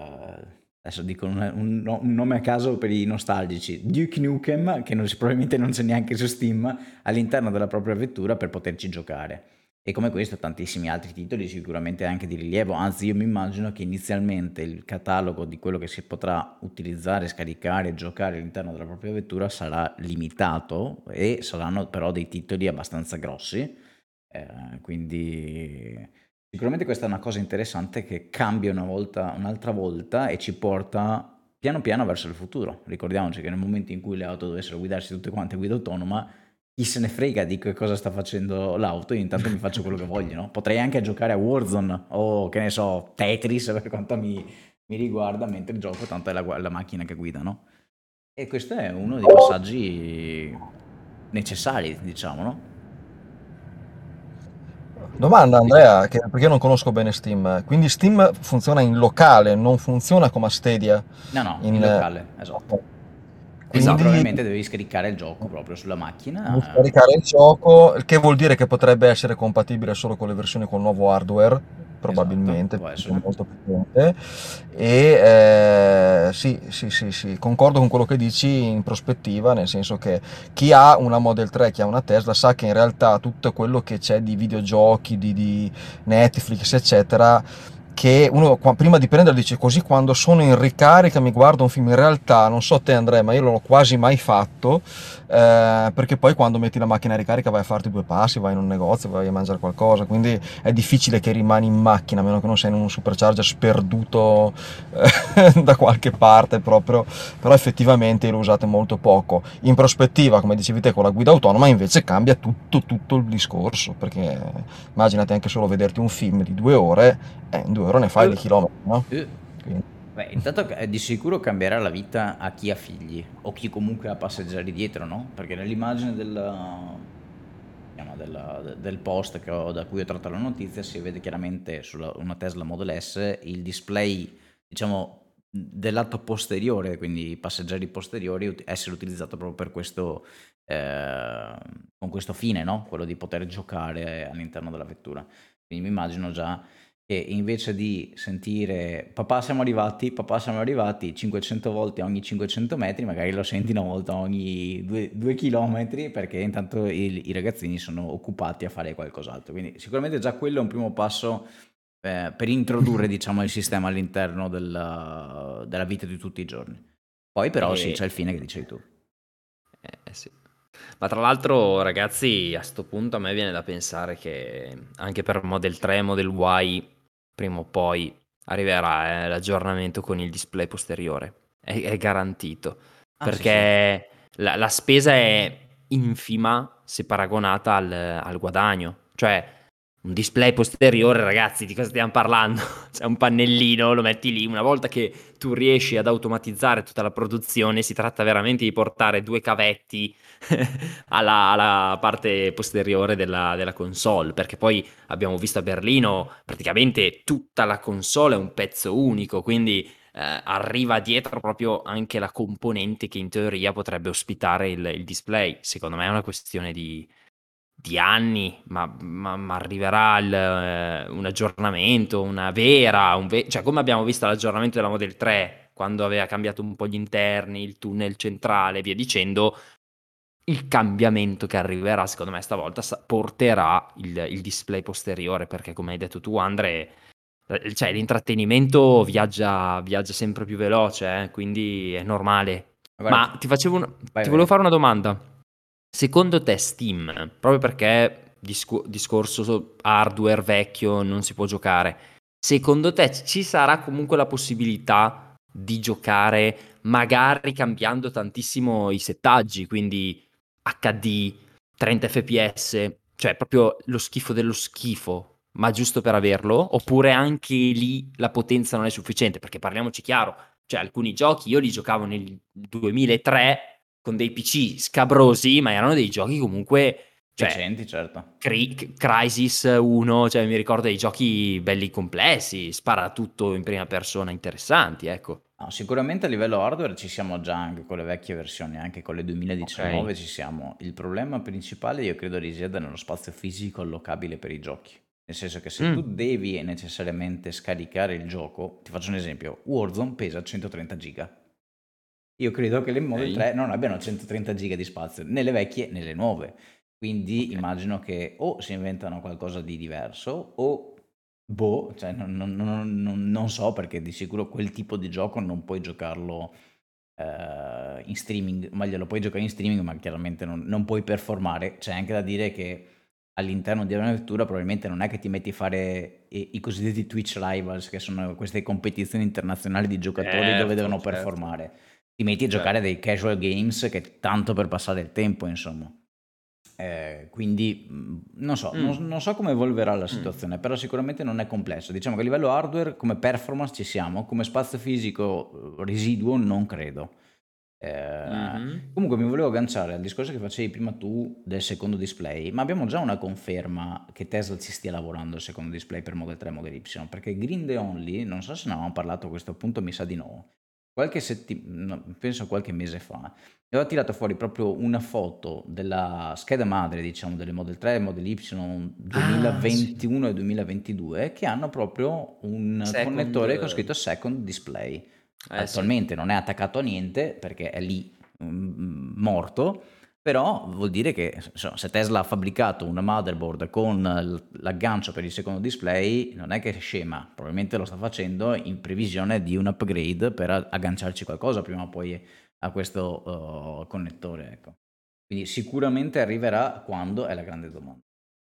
adesso dico un, un no- un nome a caso per i nostalgici, Duke Nukem, che non si- probabilmente non c'è neanche su Steam, all'interno della propria vettura per poterci giocare. E come questo tantissimi altri titoli sicuramente anche di rilievo, anzi io mi immagino che inizialmente il catalogo di quello che si potrà utilizzare, scaricare e giocare all'interno della propria vettura sarà limitato e saranno però dei titoli abbastanza grossi, eh, quindi sicuramente questa è una cosa interessante che cambia una volta, un'altra volta e ci porta piano piano verso il futuro. Ricordiamoci che nel momento in cui le auto dovessero guidarsi tutte quante a guida autonoma, chi se ne frega di che cosa sta facendo l'auto, io intanto mi faccio quello che voglio, no? Potrei anche giocare a Warzone o che ne so, Tetris per quanto mi, mi riguarda, mentre gioco tanto è la, gua- la macchina che guida, no? E questo è uno dei passaggi necessari, diciamo, no? Domanda Andrea, che- perché io non conosco bene Steam. Quindi Steam funziona in locale, non funziona come Stadia. No, no, in In, eh, locale, esatto. Quindi Esatto. quindi probabilmente devi scaricare il gioco proprio sulla devo macchina. eh, scaricare il gioco, il che vuol dire che potrebbe essere compatibile solo con le versioni con nuovo hardware, Esatto, probabilmente, può perché è essere. molto potente. E eh, sì, sì, sì, sì, concordo con quello che dici in prospettiva, nel senso che chi ha una Model tre, chi ha una Tesla, sa che in realtà tutto quello che c'è di videogiochi, di, di Netflix, eccetera, che uno qua- prima di prendere dice così quando sono in ricarica mi guardo un film, in realtà non so te Andrea, ma io non l'ho quasi mai fatto, eh, perché poi quando metti la macchina in ricarica vai a farti due passi, vai in un negozio, vai a mangiare qualcosa, quindi è difficile che rimani in macchina, a meno che non sei in un supercharger sperduto eh, da qualche parte proprio, però effettivamente lo usate molto poco. In prospettiva, come dicevi te, con la guida autonoma invece cambia tutto, tutto il discorso, perché immaginate anche solo vederti un film di due ore, eh, in due ore ne fai di Eh, chilometri, no? eh. Quindi, Beh, intanto eh, di sicuro cambierà la vita a chi ha figli o chi comunque ha passeggeri dietro, no? Perché nell'immagine del, chiama, della- del post che ho- da cui ho tratto la notizia, si vede chiaramente su una Tesla Model S il display, diciamo, del lato posteriore, quindi i passeggeri posteriori, ut- essere utilizzato proprio per questo, eh, con questo fine, no? Quello di poter giocare all'interno della vettura. Quindi mi immagino già che invece di sentire papà siamo arrivati, papà siamo arrivati cinquecento volte ogni cinquecento metri, magari lo senti una volta ogni due, due chilometri, perché intanto i, i ragazzini sono occupati a fare qualcos'altro. Quindi sicuramente già quello è un primo passo, eh, per introdurre, diciamo, il sistema all'interno della, della vita di tutti i giorni. Poi però sì, c'è E il fine che dicevi tu. Eh, eh sì. Ma tra l'altro, ragazzi, a sto punto a me viene da pensare che anche per Model tre e Model Y, prima o poi arriverà eh, l'aggiornamento con il display posteriore. È, è garantito. Ah sì sì. Perché la, la spesa è infima se paragonata al, al guadagno. Cioè, un display posteriore, ragazzi, di cosa stiamo parlando? C'è un pannellino, lo metti lì. Una volta che tu riesci ad automatizzare tutta la produzione, si tratta veramente di portare due cavetti alla, alla parte posteriore della, della console, perché poi abbiamo visto a Berlino praticamente tutta la console è un pezzo unico, quindi eh, arriva dietro proprio anche la componente che in teoria potrebbe ospitare il, il display. Secondo me è una questione di, di anni, ma, ma- ma arriverà il, eh, un aggiornamento, una vera, un ve- cioè come abbiamo visto l'aggiornamento della Model tre, quando aveva cambiato un po' gli interni, il tunnel centrale, e via dicendo, il cambiamento che arriverà, secondo me, stavolta sa- porterà il, il display posteriore, perché come hai detto tu, Andre, eh, cioè, l'intrattenimento viaggia, viaggia sempre più veloce, eh, quindi è normale. Ma guarda, Ma ti facevo un- vai ti vai. volevo fare una domanda. Secondo te Steam, proprio perché discu- discorso so- hardware vecchio non si può giocare, secondo te ci sarà comunque la possibilità di giocare magari cambiando tantissimo i settaggi, quindi H D, trenta F P S, cioè proprio lo schifo dello schifo, ma giusto per averlo? Oppure anche lì la potenza non è sufficiente? Perché parliamoci chiaro, cioè alcuni giochi io li giocavo nel duemilatré con dei P C scabrosi, ma erano dei giochi comunque, cioè, Decenti, certo. Cri- Crysis uno, cioè mi ricordo dei giochi belli complessi, spara tutto in prima persona, interessanti, ecco. No, sicuramente a livello hardware ci siamo già anche con le vecchie versioni, anche con le Ok. duemiladiciannove ci siamo. Il problema principale io credo risieda nello spazio fisico allocabile per i giochi. Nel senso che se tu Mm, devi necessariamente scaricare il gioco, ti faccio un esempio, Warzone pesa centotrenta giga. Io credo che le Model ok, tre non abbiano centotrenta giga di spazio, né le vecchie né le nuove. Quindi ok. immagino che o si inventano qualcosa di diverso o boh, cioè non, non- non- non- non so perché di sicuro quel tipo di gioco non puoi giocarlo eh, in streaming, o meglio lo puoi giocare in streaming ma chiaramente non, non puoi performare. C'è anche da dire che all'interno di una vettura probabilmente non è che ti metti a fare i, i cosiddetti Twitch Rivals, che sono queste competizioni internazionali di giocatori dove Certo, devono certo, performare. Ti metti a giocare certo. dei casual games che tanto per passare il tempo, insomma. Eh, quindi mh, non so, non, Mm, non so come evolverà la mm. situazione, però sicuramente non è complesso. Diciamo che a livello hardware, come performance ci siamo, come spazio fisico eh, residuo non credo. Eh, Mhm. comunque mi volevo agganciare al discorso che facevi prima tu del secondo display, ma abbiamo già una conferma che Tesla ci stia lavorando al secondo display per Model tre e Model Y, perché Green Day Only, non so se ne avevamo parlato a questo punto, mi sa di no, qualche settimana, penso qualche mese fa, aveva tirato fuori proprio una foto della scheda madre, diciamo, delle Model tre e Model Y Ah, sì. duemilaventuno e duemilaventidue, che hanno proprio un Second... connettore con eh scritto Second Display. eh, sì. Attualmente non è attaccato a niente perché è lì mm, morto, però vuol dire che insomma, se Tesla ha fabbricato una motherboard con l- l'aggancio per il secondo display, non è che è scema, probabilmente lo sta facendo in previsione di un upgrade per a- agganciarci qualcosa prima o poi a questo uh, connettore. Ecco. Quindi sicuramente arriverà quando è la grande domanda.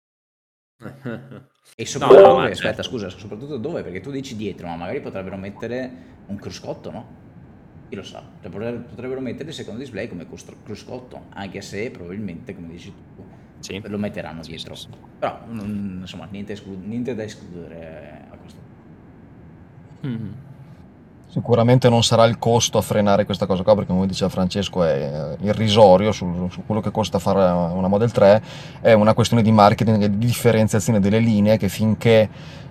E No, soprattutto no, ma dove? Aspetta, certo. scusa, soprattutto dove? Perché tu dici dietro, ma magari potrebbero mettere un cruscotto, no? Chi lo sa? Cioè, potre- potrebbero mettere il secondo display come costro- cruscotto, anche se probabilmente, come dici tu, Sì, lo metteranno sì, sì, dietro. sì. Però, mm, insomma, niente, esclu- niente da escludere a questo punto. Mhm. Sicuramente non sarà il costo a frenare questa cosa qua, perché come diceva Francesco è eh, irrisorio sul- su quello che costa fare una Model tre, è una questione di marketing e di differenziazione delle linee che finché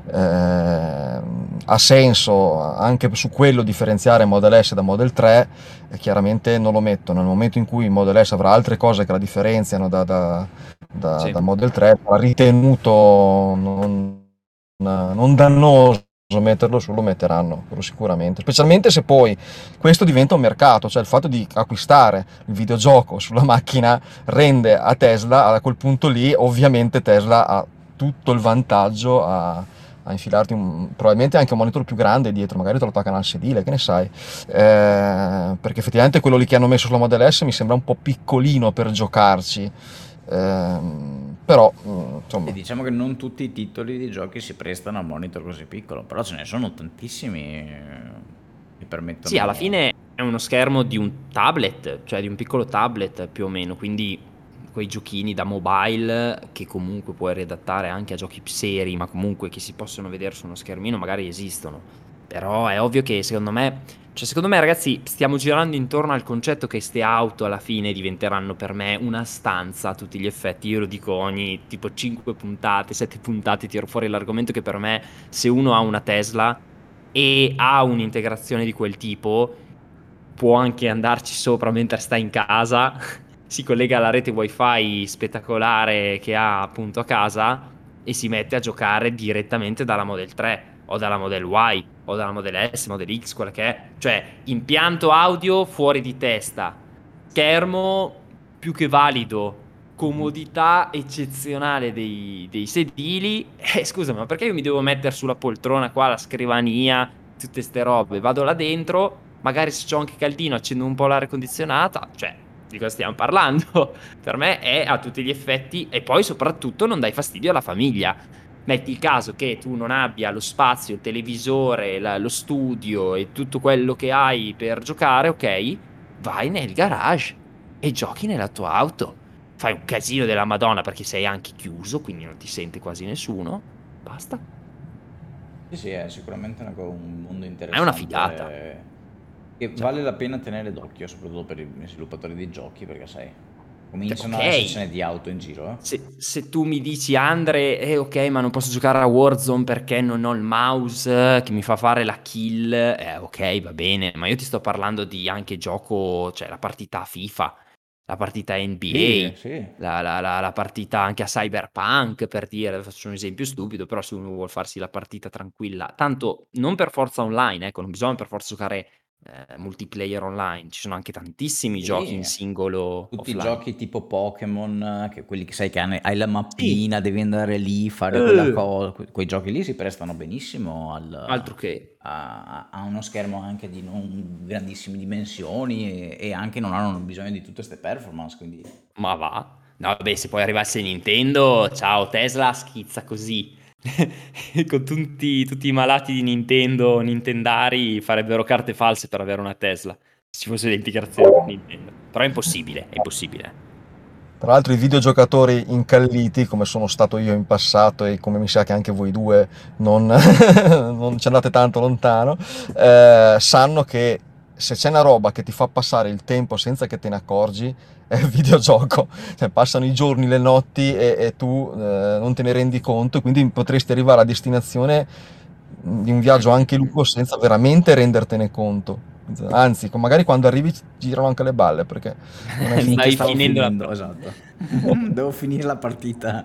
eh, ha senso anche su quello differenziare Model S da Model tre, eh, chiaramente non lo mettono. Nel momento in cui Model S avrà altre cose che la differenziano da, da- da- Sì. da Model tre, sarà ritenuto non, non dannoso metterlo su, lo metteranno, quello sicuramente. Specialmente se poi questo diventa un mercato, cioè il fatto di acquistare il videogioco sulla macchina rende a Tesla, a quel punto lì, ovviamente Tesla ha tutto il vantaggio a, a infilarti un, probabilmente anche un monitor più grande dietro, magari te lo attaccano al sedile, che ne sai. Eh, perché effettivamente quello lì che hanno messo sulla Model S mi sembra un po' piccolino per giocarci. Ehm, però mm, E insomma, diciamo che non tutti i titoli di giochi si prestano a monitor così piccolo, però ce ne sono tantissimi eh, che Sì, alla permettono... fine è uno schermo di un tablet, cioè di un piccolo tablet più o meno, quindi quei giochini da mobile che comunque puoi riadattare anche a giochi seri, ma comunque che si possono vedere su uno schermino magari esistono. Però è ovvio che secondo me, cioè secondo me ragazzi stiamo girando intorno al concetto che ste auto alla fine diventeranno per me una stanza a tutti gli effetti. Io lo dico ogni tipo cinque puntate, sette puntate tiro fuori l'argomento che per me se uno ha una Tesla e ha un'integrazione di quel tipo, può anche andarci sopra mentre sta in casa, si collega alla rete wifi spettacolare che ha appunto a casa e si mette a giocare direttamente dalla Model tre o dalla Model Y o dalla Model S, Model X, quella che è. Cioè, impianto audio fuori di testa, schermo più che valido, Mhm. comodità eccezionale dei, dei sedili. Eh, scusami, ma perché io mi devo mettere sulla poltrona qua, la scrivania, tutte ste robe? Vado là dentro, magari se c'ho anche caldino, accendo un po' l'aria condizionata, cioè, di cosa stiamo parlando? Per me è a tutti gli effetti, e poi soprattutto non dai fastidio alla famiglia. Metti il caso che tu non abbia lo spazio, il televisore, la- lo studio e tutto quello che hai per giocare, ok? Vai nel garage e giochi nella tua auto. Fai un casino della Madonna perché sei anche chiuso, quindi non ti sente quasi nessuno. Basta. Sì, sì, è sicuramente una co- un mondo Ma è una figata. interessante che Cioè, vale la pena tenere d'occhio, soprattutto per i sviluppatori di giochi, perché sai, cioè, cominciano a ok. essercene di auto in giro, eh. Se, se tu mi dici Andre, eh ok, ma non posso giocare a Warzone perché non ho il mouse che mi fa fare la kill, eh ok, va bene, ma io ti sto parlando di anche gioco, cioè la partita a FIFA, la partita Sì, N B A, sì. la, la- la- la partita anche a Cyberpunk, per dire, faccio un esempio stupido, però se uno vuole farsi la partita tranquilla, tanto non per forza online, ecco, non bisogna per forza giocare eh, multiplayer online, ci sono anche tantissimi giochi in Sì, singolo tutti i offline. giochi tipo Pokémon, che quelli che sai che hanno- hai la Sì, mappina, devi andare lì, fare quella eh, cosa, que- quei giochi lì si prestano benissimo al- altro che. a, a uno schermo anche di non grandissime dimensioni e, e anche non hanno bisogno di tutte queste performance, quindi Ma va. No, vabbè, se poi arrivasse Nintendo, ciao, Tesla schizza così. Con tutti, tutti i malati di Nintendo, Nintendari, farebbero carte false per avere una Tesla. Se ci fosse l'integrazione con Nintendo. Però è impossibile, è impossibile. tra l'altro i videogiocatori incalliti, come sono stato io in passato e come mi sa che anche voi due non, non ci andate tanto lontano, eh, sanno che se c'è una roba che ti fa passare il tempo senza che te ne accorgi, è il videogioco. Cioè, passano i giorni, le notti e, e tu eh, non te ne rendi conto, quindi potresti arrivare a destinazione di un viaggio anche lungo senza veramente rendertene conto. Anzi, magari quando arrivi ti girano anche le balle perché non hai finché Stai finito. stavo finendo la finendo, partita. esatto. Devo finire la partita.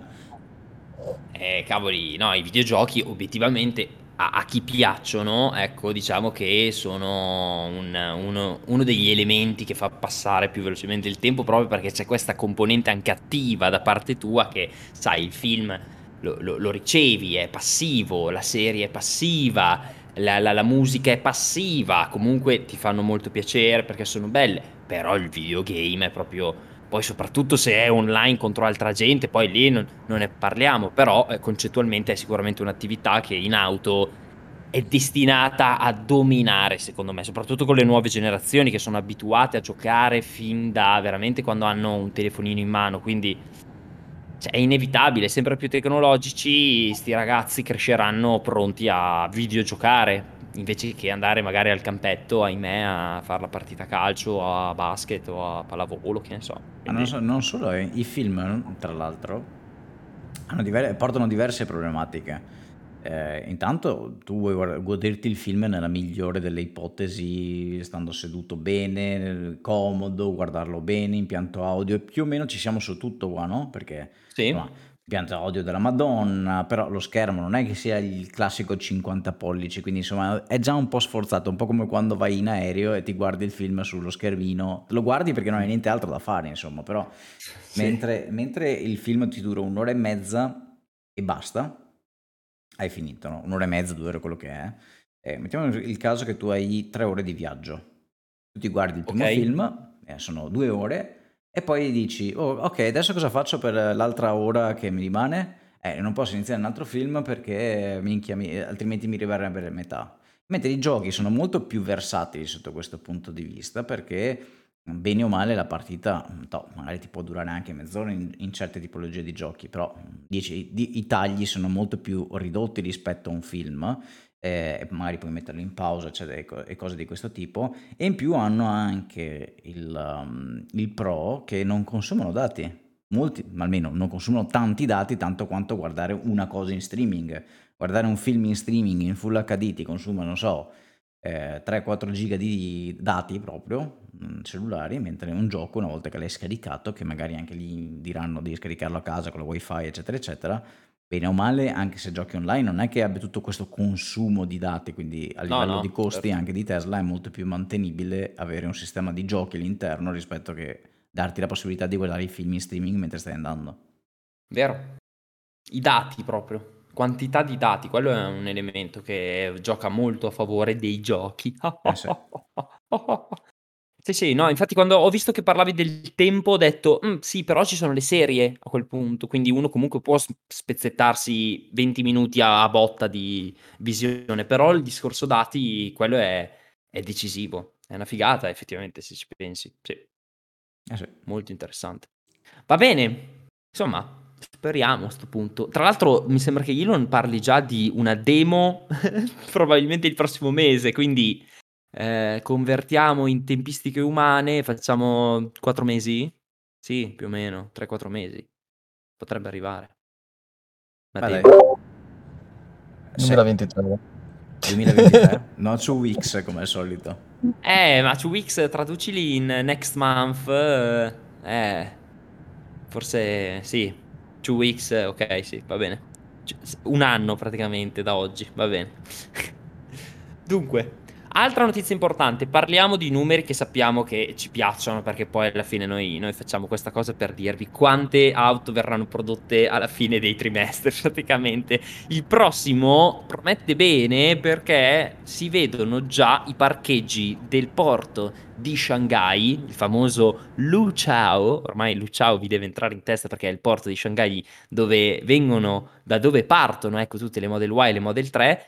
Eh, cavoli, no, i videogiochi obiettivamente a, a chi piacciono, ecco, diciamo che sono un- uno, uno degli elementi che fa passare più velocemente il tempo proprio perché c'è questa componente anche attiva da parte tua che, sai, il film lo, lo- lo ricevi, è passivo, la serie è passiva, la, la- la musica è passiva, comunque ti fanno molto piacere perché sono belle, però il videogame è proprio poi soprattutto se è online contro altra gente, poi lì non, non ne parliamo, però eh, concettualmente è sicuramente un'attività che in auto è destinata a dominare, secondo me, soprattutto con le nuove generazioni che sono abituate a giocare fin da veramente quando hanno un telefonino in mano, quindi cioè, è inevitabile, sempre più tecnologici, sti ragazzi cresceranno pronti a videogiocare. invece che andare magari al campetto, ahimè, a fare la partita a calcio, a basket o a pallavolo, che ne so. Ma non, Quindi, so- non solo, eh, i film, tra l'altro, hanno diver- portano diverse problematiche. Eh, intanto tu vuoi guard- goderti il film nella migliore delle ipotesi, stando seduto bene, comodo, guardarlo bene, impianto audio, e più o meno ci siamo su tutto qua, no? Perché insomma, sì, impianto audio della Madonna, però lo schermo non è che sia il classico cinquanta pollici, quindi insomma è già un po' sforzato, un po' come quando vai in aereo e ti guardi il film sullo schermino, te lo guardi perché non hai niente altro da fare, insomma, però sì, mentre, mentre il film ti dura un'ora e mezza e basta, hai finito, no? Un'ora e mezza, due ore, quello che è. Eh, mettiamo il caso che tu hai tre ore di viaggio. Tu ti guardi il ok, primo film, eh, sono due ore, e poi dici, oh, ok, adesso cosa faccio per l'altra ora che mi rimane? Eh, non posso iniziare un altro film perché minchia, mi- altrimenti mi rimarrebbe la metà. Mentre i giochi sono molto più versatili sotto questo punto di vista perché bene o male la partita, no, magari ti può durare anche mezz'ora in, in certe tipologie di giochi, però dici, di- i tagli sono molto più ridotti rispetto a un film, eh, e magari puoi metterlo in pausa, eccetera, e co- e cose di questo tipo, e in più hanno anche il, um, il pro che non consumano dati. Molti, ma almeno non consumano tanti dati tanto quanto guardare una cosa in streaming. Guardare un film in streaming in Full H D ti consuma, non so, eh, tre quattro giga di dati proprio, mm, cellulari, mentre un gioco, una volta che l'hai scaricato, che magari anche lì diranno di scaricarlo a casa con la wifi, eccetera, eccetera, bene o male, anche se giochi online, non è che abbia tutto questo consumo di dati, quindi a no, livello di no, costi certo, anche di Tesla è molto più mantenibile avere un sistema di giochi all'interno rispetto che darti la possibilità di guardare i film in streaming mentre stai andando. vero. I dati proprio, quantità di dati, quello è un elemento che gioca molto a favore dei giochi. Eh sì. Sì, sì, no, infatti quando ho visto che parlavi del tempo ho detto: "Mh, sì, però ci sono le serie a quel punto, quindi uno comunque può s spezzettarsi venti minuti a a botta di visione", però il discorso dati quello è è decisivo. È una figata effettivamente se ci pensi. Sì, Eh sì. molto interessante. Va bene, insomma, speriamo a 'sto punto. Tra l'altro mi sembra che Elon parli già di una demo probabilmente il prossimo mese, quindi, ehm, convertiamo in tempistiche umane, facciamo quattro mesi? Sì, più o meno, tre, quattro mesi. Potrebbe arrivare. Una Ma dai, demo. se duemilaventitré. duemilaventitré? No, two weeks come al solito. Eh, ma two weeks traducili in next month, eh, eh, forse sì, two weeks, ok, sì, va bene. C- s- un anno praticamente da oggi, va bene. Dunque, altra notizia importante, parliamo di numeri che sappiamo che ci piacciono perché poi alla fine noi, noi facciamo questa cosa per dirvi quante auto verranno prodotte alla fine dei trimestri praticamente. Il prossimo promette bene perché si vedono già i parcheggi del porto di Shanghai, il famoso Luqiao, ormai Luqiao vi deve entrare in testa perché è il porto di Shanghai dove vengono, da dove partono, ecco, tutte le Model Y e le Model tre.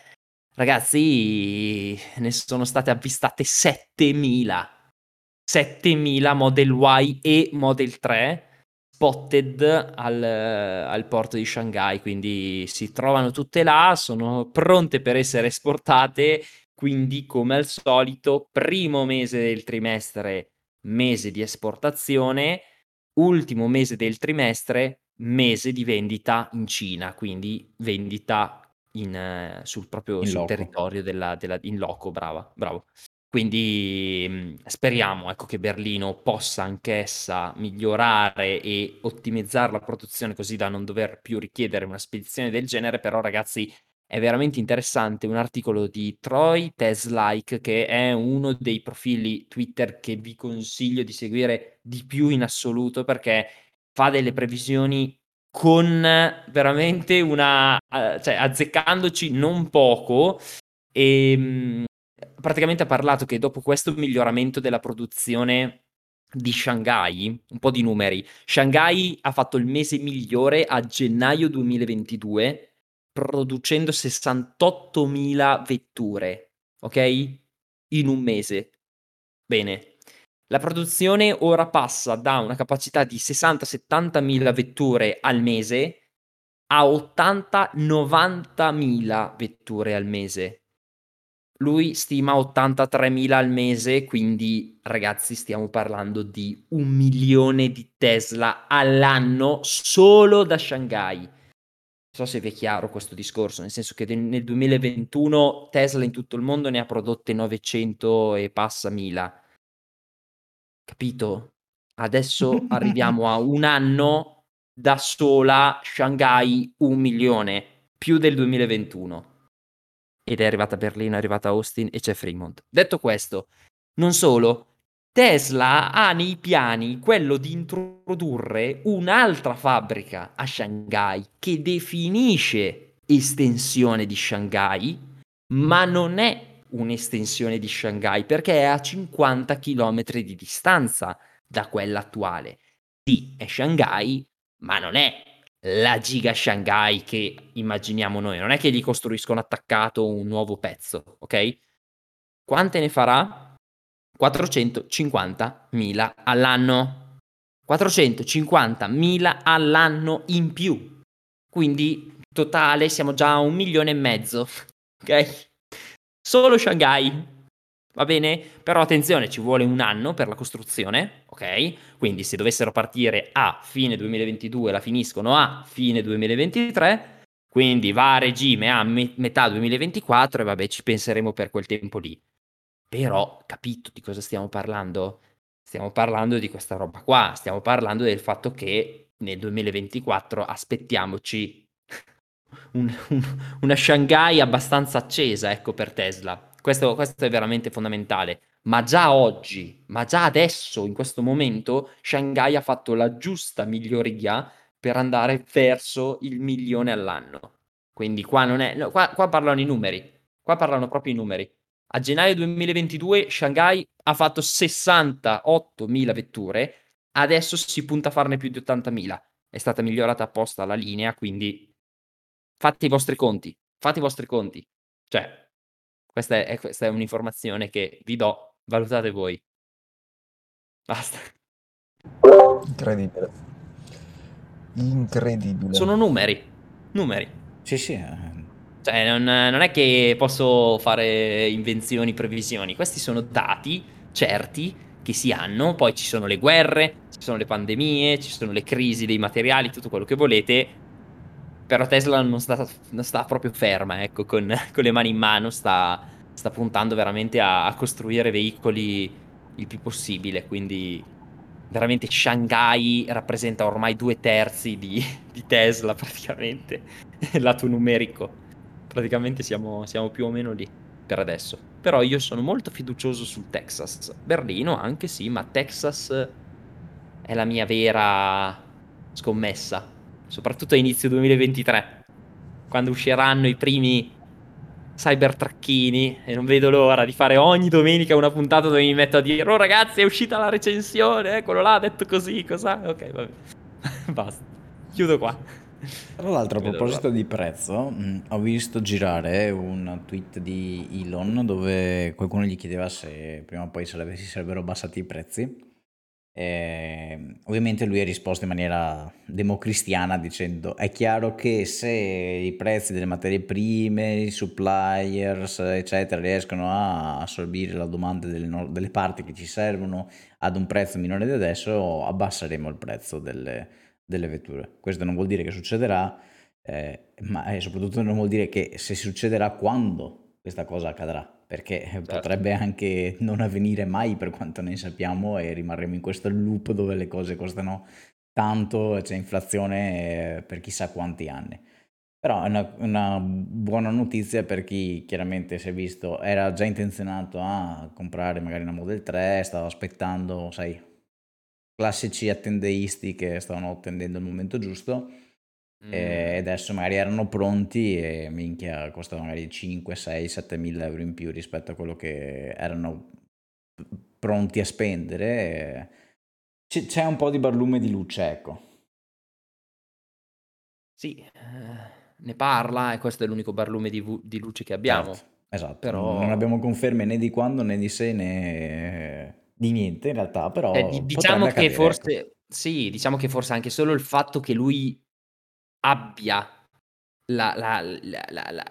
Ragazzi, ne sono state avvistate settemila. settemila Model Y e Model tre spotted al, al porto di Shanghai, quindi si trovano tutte là, sono pronte per essere esportate, quindi come al solito, primo mese del trimestre, mese di esportazione, ultimo mese del trimestre, mese di vendita in Cina, quindi vendita in, eh, sul proprio In sul loco. territorio della, della in loco, brava, bravo. Quindi mh, speriamo ecco, che Berlino possa anch'essa migliorare e ottimizzare la produzione così da non dover più richiedere una spedizione del genere, però ragazzi è veramente interessante un articolo di Troy Teslike che è uno dei profili Twitter che vi consiglio di seguire di più in assoluto perché fa delle previsioni con veramente una, eh, cioè azzeccandoci non poco e mh, praticamente ha parlato che dopo questo miglioramento della produzione di Shanghai, un po' di numeri, Shanghai ha fatto il mese migliore a gennaio duemilaventidue producendo sessantottomila vetture, ok? In un mese. Bene. La produzione ora passa da una capacità di sessanta settantamila vetture al mese a ottanta novantamila vetture al mese. lui stima ottantatremila al mese, quindi ragazzi stiamo parlando di un milione di Tesla all'anno solo da Shanghai. Non so se vi è chiaro questo discorso, nel senso che de- nel duemilaventuno Tesla in tutto il mondo ne ha prodotte novecento e passa mila, capito? Adesso arriviamo a un anno da sola Shanghai un milione, più del duemilaventuno. Ed è arrivata a Berlino, è arrivata a Austin e c'è Fremont. Detto questo, non solo, Tesla ha nei piani quello di introdurre un'altra fabbrica a Shanghai che definisce estensione di Shanghai, ma non è un'estensione di Shanghai perché è a cinquanta chilometri di distanza da quella attuale. Sì, è Shanghai, ma non è la giga Shanghai che immaginiamo noi. Non è che gli costruiscono attaccato un nuovo pezzo, ok? Quante ne farà? quattrocentocinquantamila all'anno. quattrocentocinquantamila all'anno in più. Quindi totale siamo già a un milione e mezzo, ok? Solo Shanghai. Va bene? Però attenzione, ci vuole un anno per la costruzione, ok? Quindi se dovessero partire a fine duemilaventidue la finiscono a fine duemilaventitré, quindi va a regime a me- metà duemilaventiquattro e vabbè ci penseremo per quel tempo lì. Però, capito di cosa stiamo parlando? Stiamo parlando di questa roba qua, stiamo parlando del fatto che nel duemilaventiquattro aspettiamoci un- un- una Shanghai abbastanza accesa, ecco, per Tesla. Questo, questo è veramente fondamentale. Ma già oggi, ma già adesso, in questo momento, Shanghai ha fatto la giusta miglioria per andare verso il milione all'anno. Quindi qua non è, no, qua, qua parlano i numeri, qua parlano proprio i numeri. A gennaio duemilaventidue Shanghai ha fatto sessantottomila vetture, adesso si punta a farne più di ottantamila. È stata migliorata apposta la linea, quindi fate i vostri conti, fate i vostri conti. Cioè, questa è, questa è un'informazione che vi do, valutate voi. Basta. Incredibile. Incredibile. Sono numeri, numeri. Sì, sì, eh, Cioè, non, non è che posso fare invenzioni, previsioni. Questi sono dati certi che si hanno. Poi ci sono le guerre, ci sono le pandemie, ci sono le crisi dei materiali, tutto quello che volete. Però Tesla non sta, non sta proprio ferma, ecco, con, con le mani in mano, sta, sta puntando veramente a, a costruire veicoli il più possibile. Quindi, veramente, Shanghai rappresenta ormai due terzi di, di Tesla, praticamente, lato numerico. Praticamente siamo, siamo più o meno lì per adesso. Però io sono molto fiducioso sul Texas. Berlino anche sì, ma Texas è la mia vera scommessa. Soprattutto a inizio duemilaventitré, quando usciranno i primi Cybertruckini e non vedo l'ora di fare ogni domenica una puntata dove mi metto a dire: oh ragazzi, è uscita la recensione, eccolo là, ha detto così, cos'ha? Ok, vabbè. Basta. Chiudo qua. Tra l'altro, a Non vedo l'ora. proposito di prezzo, mh, ho visto girare un tweet di Elon dove qualcuno gli chiedeva se prima o poi sarebbe- si sarebbero abbassati i prezzi. E ovviamente lui ha risposto in maniera democristiana dicendo: è chiaro che se i prezzi delle materie prime, i suppliers, eccetera, riescono a assorbire la domanda delle, no- delle parti che ci servono ad un prezzo minore di adesso, abbasseremo il prezzo delle delle vetture. Questo non vuol dire che succederà, eh, ma eh, soprattutto non vuol dire che se succederà quando questa cosa accadrà, perché eh, Certo. potrebbe anche non avvenire mai per quanto ne sappiamo e rimarremo in questo loop dove le cose costano tanto, c'è inflazione eh, per chissà quanti anni. Però è una, una buona notizia per chi chiaramente si è visto, era già intenzionato a comprare magari una Model tre, stava aspettando, sai, classici attendeisti che stavano attendendo il momento giusto e Mm. adesso magari erano pronti e minchia costava magari cinque, sei, sette mila euro in più rispetto a quello che erano p- pronti a spendere. e c- C'è un po' di barlume di luce, ecco. Sì, eh, ne parla e questo è l'unico barlume di, vu- di luce che Certo, abbiamo. esatto. Non Però, abbiamo conferme né di quando né di se né di niente in realtà, eh, però di- diciamo potrebbe che accadere, ecco. forse, sì, diciamo che forse anche solo il fatto che lui abbia la, la- la- la- la-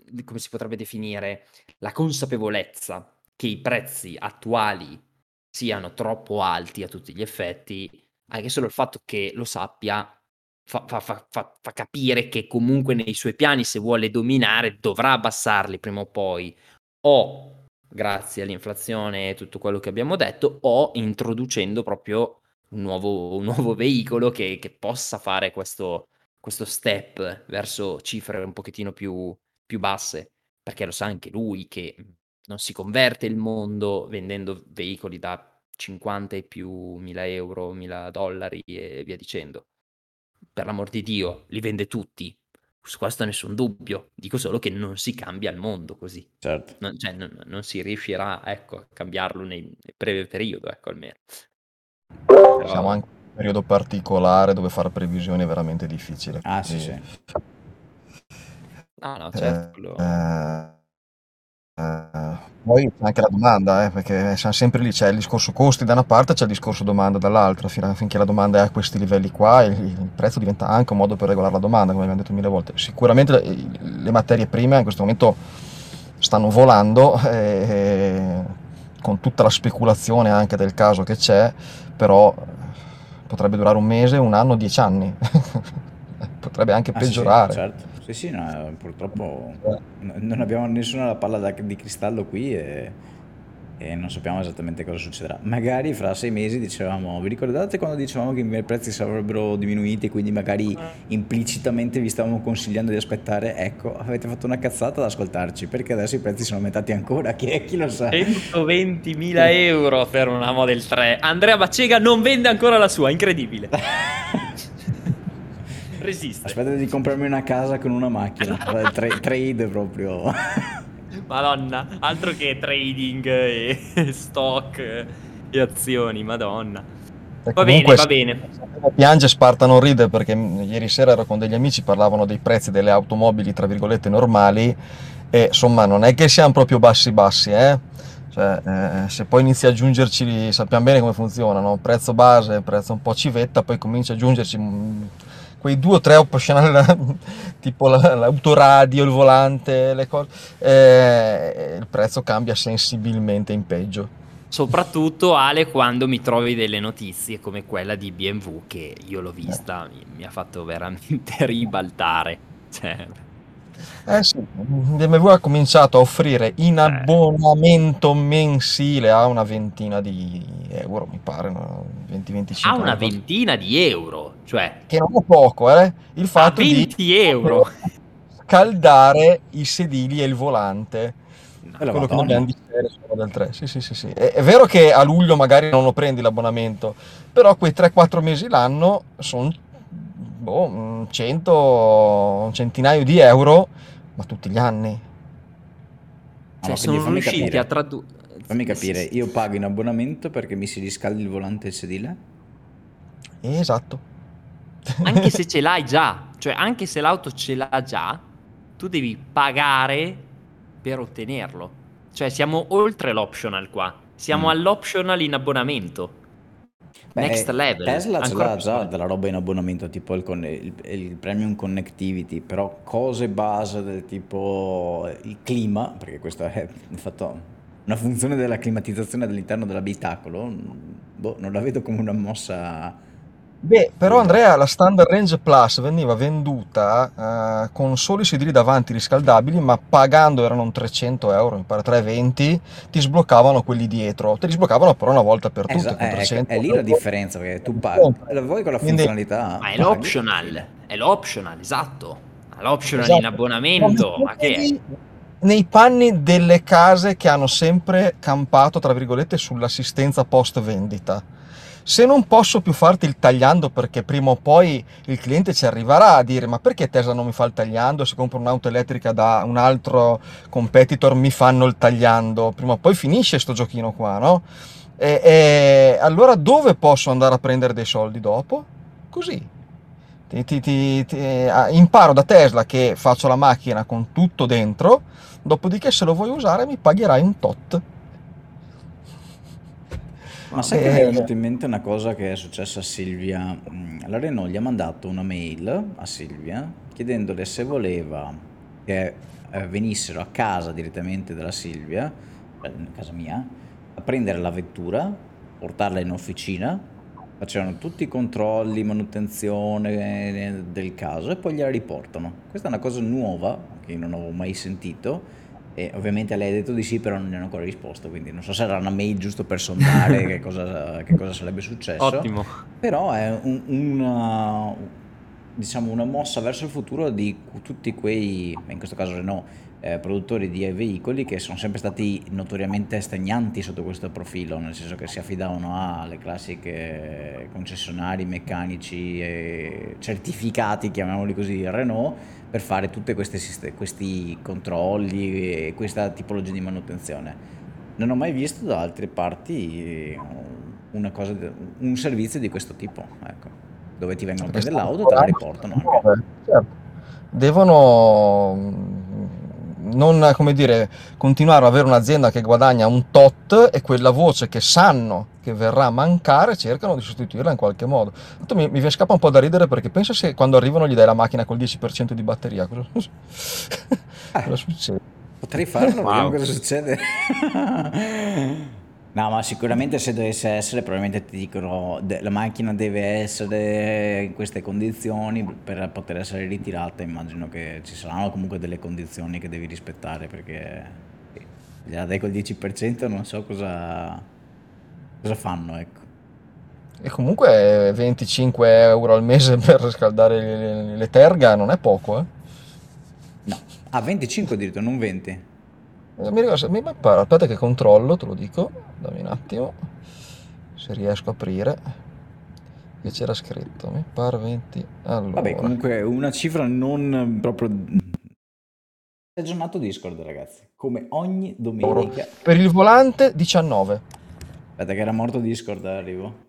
come si potrebbe definire, la consapevolezza che i prezzi attuali siano troppo alti a tutti gli effetti, anche solo il fatto che lo sappia fa, fa- fa- fa- fa capire che comunque nei suoi piani, se vuole dominare, dovrà abbassarli prima o poi, o grazie all'inflazione e tutto quello che abbiamo detto, o introducendo proprio un nuovo, un nuovo veicolo che, che possa fare questo, questo step verso cifre un pochettino più, più basse, perché lo sa anche lui che non si converte il mondo vendendo veicoli da cinquanta e più mila euro, mila dollari e via dicendo. Per l'amor di Dio, li vende tutti. Su questo nessun dubbio. Dico solo che non si cambia il mondo così. Certo. Non, cioè, non, non si riuscirà, ecco, a cambiarlo nei- nel breve periodo, ecco, almeno. Siamo Però... anche in un periodo particolare dove fare previsioni è veramente difficile. Ah, sì, quindi, sì. Ah, no, certo, eh, quello... eh, eh, poi c'è anche la domanda, eh, perché siamo sempre lì, c'è il discorso costi da una parte, c'è il discorso domanda dall'altra. Fino a- finché la domanda è a questi livelli qua, il, il prezzo diventa anche un modo per regolare la domanda, come abbiamo detto mille volte. Sicuramente le, le materie prime in questo momento stanno volando, eh, con tutta la speculazione anche del caso che c'è, però potrebbe durare un mese, un anno, dieci anni. Potrebbe anche Ah, sì, sì, peggiorare. certo. Sì, sì, no, purtroppo n- non abbiamo nessuna palla da- di cristallo qui e, e non sappiamo esattamente cosa succederà. Magari fra sei mesi dicevamo, vi ricordate quando dicevamo che i prezzi sarebbero diminuiti e quindi magari implicitamente vi stavamo consigliando di aspettare? Ecco, avete fatto una cazzata ad ascoltarci, perché adesso i prezzi sono aumentati ancora, chi è, chi lo sa? centoventimila euro per una Model tre. Andrea Baccega non vende ancora la sua, incredibile. Resiste. Aspetta di comprarmi una casa con una macchina, tra- tra- trade proprio. Madonna, altro che trading e stock e azioni, madonna. E Va bene, comunque va se bene. uno piange Sparta non ride, perché mh, ieri sera ero con degli amici, parlavano dei prezzi delle automobili tra virgolette normali e insomma non è che siamo proprio bassi bassi, eh? Cioè, eh, se poi inizi a aggiungerci, sappiamo bene come funzionano, prezzo base, prezzo un po' civetta, poi comincia a aggiungerci mh, quei due o tre optional tipo la- l'autoradio, il volante, le cose, eh, il prezzo cambia sensibilmente in peggio. Soprattutto Ale quando mi trovi delle notizie come quella di B M W che io l'ho vista, mi, mi ha fatto veramente ribaltare. Cioè, Eh sì, B M W ha cominciato a offrire in eh, abbonamento mensile a una ventina di euro, mi pare, no? ha venti venticinque, non una ricordo. ventina di euro, cioè Che non è poco, eh? Il a fatto di venti poter euro. scaldare i sedili e il volante. E la Quello che dobbiamo Madonna. dire su Model tre. Sì, sì, sì, sì. È, è vero che a luglio magari non lo prendi l'abbonamento, però quei tre quattro mesi l'anno sono boh, un cento, un centinaio di euro, ma tutti gli anni. Ah, Cioè ma quindi sono fammi riusciti a capire, tradurre... fammi Sì, capire, sì. io pago in abbonamento perché mi si riscaldi il volante e il sedile? Esatto. Anche se ce l'hai già, cioè anche se l'auto ce l'ha già, tu devi pagare per ottenerlo. Cioè siamo oltre l'optional qua, siamo Mm. all'optional in abbonamento. Beh, Next eh, level, Tesla ce ancora l'ha più già soldi. della roba in abbonamento, tipo il, conne- il- il premium connectivity, però cose base del tipo il clima, perché questo è di fatto una funzione della climatizzazione all'interno dell'abitacolo, mm, boh, non la vedo come una mossa Beh, però assurda. Andrea, la Standard Range Plus veniva venduta eh, con solo i sedili davanti riscaldabili, ma pagando erano trecento euro, mi pare trecentoventi, ti sbloccavano quelli dietro. Te li sbloccavano però una volta per tutte, Esa- con eh, ecco, è trecento lì la euro. differenza, perché tu paghi, vuoi con la Quindi, funzionalità, Ma è paghi e l'optional, fine. è l'optional, esatto. Ma l'optional in esatto. Ma abbonamento, ma che è? mettetevi nei panni delle case che hanno sempre campato, tra virgolette, sull'assistenza post vendita. Se non posso più farti il tagliando perché prima o poi il cliente ci arriverà a dire ma perché Tesla non mi fa il tagliando, se compro un'auto elettrica da un altro competitor mi fanno il tagliando, prima o poi finisce sto giochino qua, no? E, e allora dove posso andare a prendere dei soldi dopo? Così. Ti- ti- ti- ti- ah, imparo da Tesla che faccio la macchina con tutto dentro, dopodiché se lo vuoi usare mi pagherai un tot. Ma Va sai che mi è Eh, venuta in mente una cosa che è successa a Silvia? Mm, La Renault gli ha mandato una mail a Silvia chiedendole se voleva che eh, venissero a casa direttamente dalla Silvia, eh, a casa mia, a prendere la vettura, portarla in officina, facevano tutti i controlli, manutenzione eh, del caso e poi gliela riportano. Questa è una cosa nuova che non avevo mai sentito e ovviamente lei ha detto di sì, però non gli hanno ancora risposto, quindi non so se era una mail giusto per sondare che cosa, che cosa sarebbe successo, Ottimo. però è un- una, diciamo, una mossa verso il futuro di tutti quei, in questo caso Renault, eh, produttori di veicoli che sono sempre stati notoriamente stagnanti sotto questo profilo, nel senso che si affidavano alle classiche concessionari meccanici e certificati, chiamiamoli così, Renault, per fare tutti questi controlli e questa tipologia di manutenzione. Non ho mai visto da altre parti una cosa, un servizio di questo tipo, ecco, dove ti vengono a Perché prendere stanno l'auto e te la lavorando riportano sulle anche. nuove, certo. Devono mm, non, come dire, continuare ad avere un'azienda che guadagna un tot e quella voce che sanno che verrà a mancare cercano di sostituirla in qualche modo. Tanto mi, mi scappa un po' da ridere perché pensa se quando arrivano gli dai la macchina col dieci per cento di batteria, cosa, cosa Eh, succede? potrei farlo, vediamo Wow. cosa succede. No, ma sicuramente se dovesse essere, probabilmente ti dicono de- la macchina deve essere in queste condizioni per poter essere ritirata. Immagino che ci saranno comunque delle condizioni che devi rispettare perché sì, gliela dai col dieci per cento non so cosa, cosa fanno, ecco. E comunque venticinque euro al mese per riscaldare le, le terga non è poco, eh? No, ah, venticinque addirittura, non venti. Eh, Mi ricordo, se- mi mi pare, aspetta che controllo, te lo dico, dammi un attimo, se riesco a aprire, che c'era scritto, mi pare venti, Vabbè, allora, comunque una cifra non proprio... È aggiornato Discord, ragazzi, come ogni euro. domenica. Per il volante diciannove, Aspetta che era morto Discord, arrivo.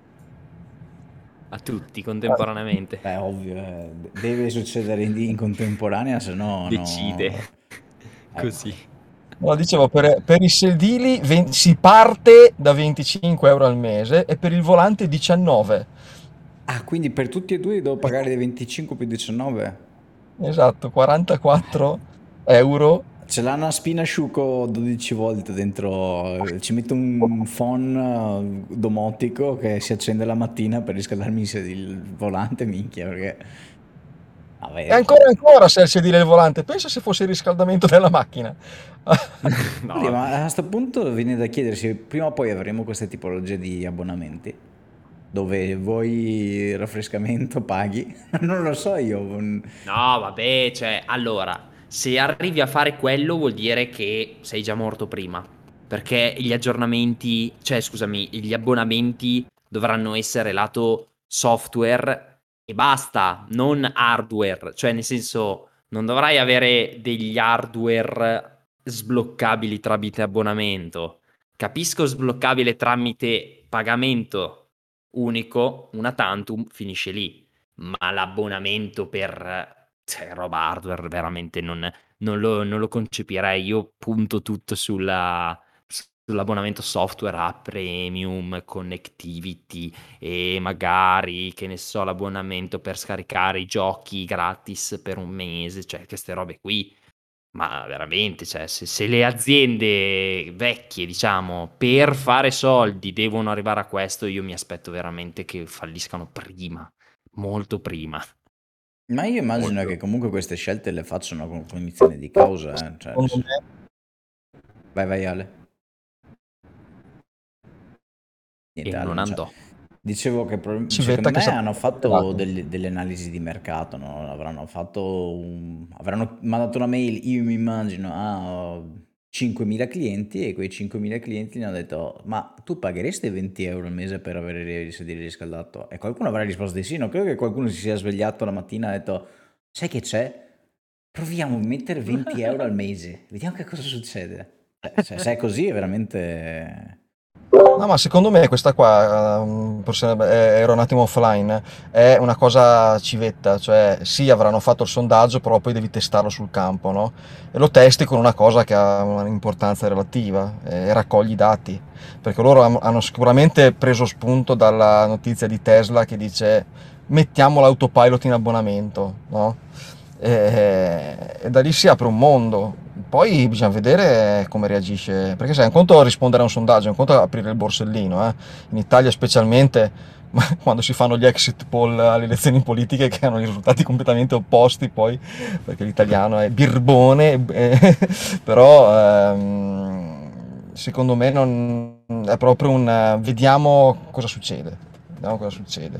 A tutti Eh, contemporaneamente. Beh, ovvio, eh, de- deve succedere in, in contemporanea, se no, Decide. no. Ecco. Così. no, dicevo, per, per i sedili ven- si parte da venticinque euro al mese e per il volante diciannove, Ah, quindi per tutti e due devo pagare dei venticinque più diciannove? esatto, quarantaquattro euro. Ce l'ha una spina asciugo dodici volte dentro, eh, ci metto un phon eh, domotico che si accende la mattina per riscaldarmi il sed- il volante, minchia, perché... E Vabbè, ancora ancora se il sedile e il volante, pensa se fosse il riscaldamento della macchina. oddio, No, ma a questo punto viene da chiedersi, prima o poi avremo queste tipologie di abbonamenti, dove vuoi raffrescamento, paghi? Non lo so io. un- no, vabbè, cioè, allora, se arrivi a fare quello vuol dire che sei già morto prima, perché gli aggiornamenti, cioè, scusami, gli abbonamenti dovranno essere lato software e basta, non hardware, cioè, nel senso, non dovrai avere degli hardware sbloccabili tramite abbonamento. Capisco sbloccabile tramite pagamento unico, una tantum, finisce lì, ma l'abbonamento per cioè, roba hardware veramente non, non lo, non lo concepirei. Io punto tutto sulla, sull'abbonamento software a premium, connectivity e magari, che ne so, l'abbonamento per scaricare i giochi gratis per un mese, cioè queste robe qui. Ma veramente, cioè, se, se le aziende vecchie, diciamo, per fare soldi devono arrivare a questo, io mi aspetto veramente che falliscano prima, molto prima. Ma io immagino che Molto. comunque queste scelte le facciano con cognizione di causa, eh, cioè, nel Secondo sen- me vai, vai Ale. E Niente, Ale non non c'è. andò. Dicevo che pro- secondo civetta che me sapeva hanno fatto pelato. delle, delle analisi di mercato, no? Avranno fatto un- avranno mandato una mail, io mi immagino, a cinquemila clienti e quei cinquemila clienti gli hanno detto ma tu pagheresti venti euro al mese per avere il sedile riscaldato? E qualcuno avrà risposto di sì, non credo che qualcuno si sia svegliato la mattina e ha detto sai che c'è? Proviamo a mettere venti euro al mese, vediamo che cosa succede. Cioè, se se è così è veramente... No, ma secondo me questa qua, ehm, forse eh, ero un attimo offline, è una cosa civetta, cioè sì, avranno fatto il sondaggio, però poi devi testarlo sul campo, no? E lo testi con una cosa che ha un'importanza relativa eh, e raccogli i dati, perché loro han- hanno sicuramente preso spunto dalla notizia di Tesla che dice mettiamo l'autopilot in abbonamento, no? E, e da lì si apre un mondo. Poi bisogna vedere come reagisce, perché sai, un conto rispondere a un sondaggio, un conto aprire il borsellino, eh. In Italia specialmente, ma quando si fanno gli exit poll alle elezioni politiche che hanno i risultati completamente opposti poi, perché l'italiano è birbone, eh, però ehm, secondo me non, è proprio un eh, vediamo cosa succede, vediamo cosa succede.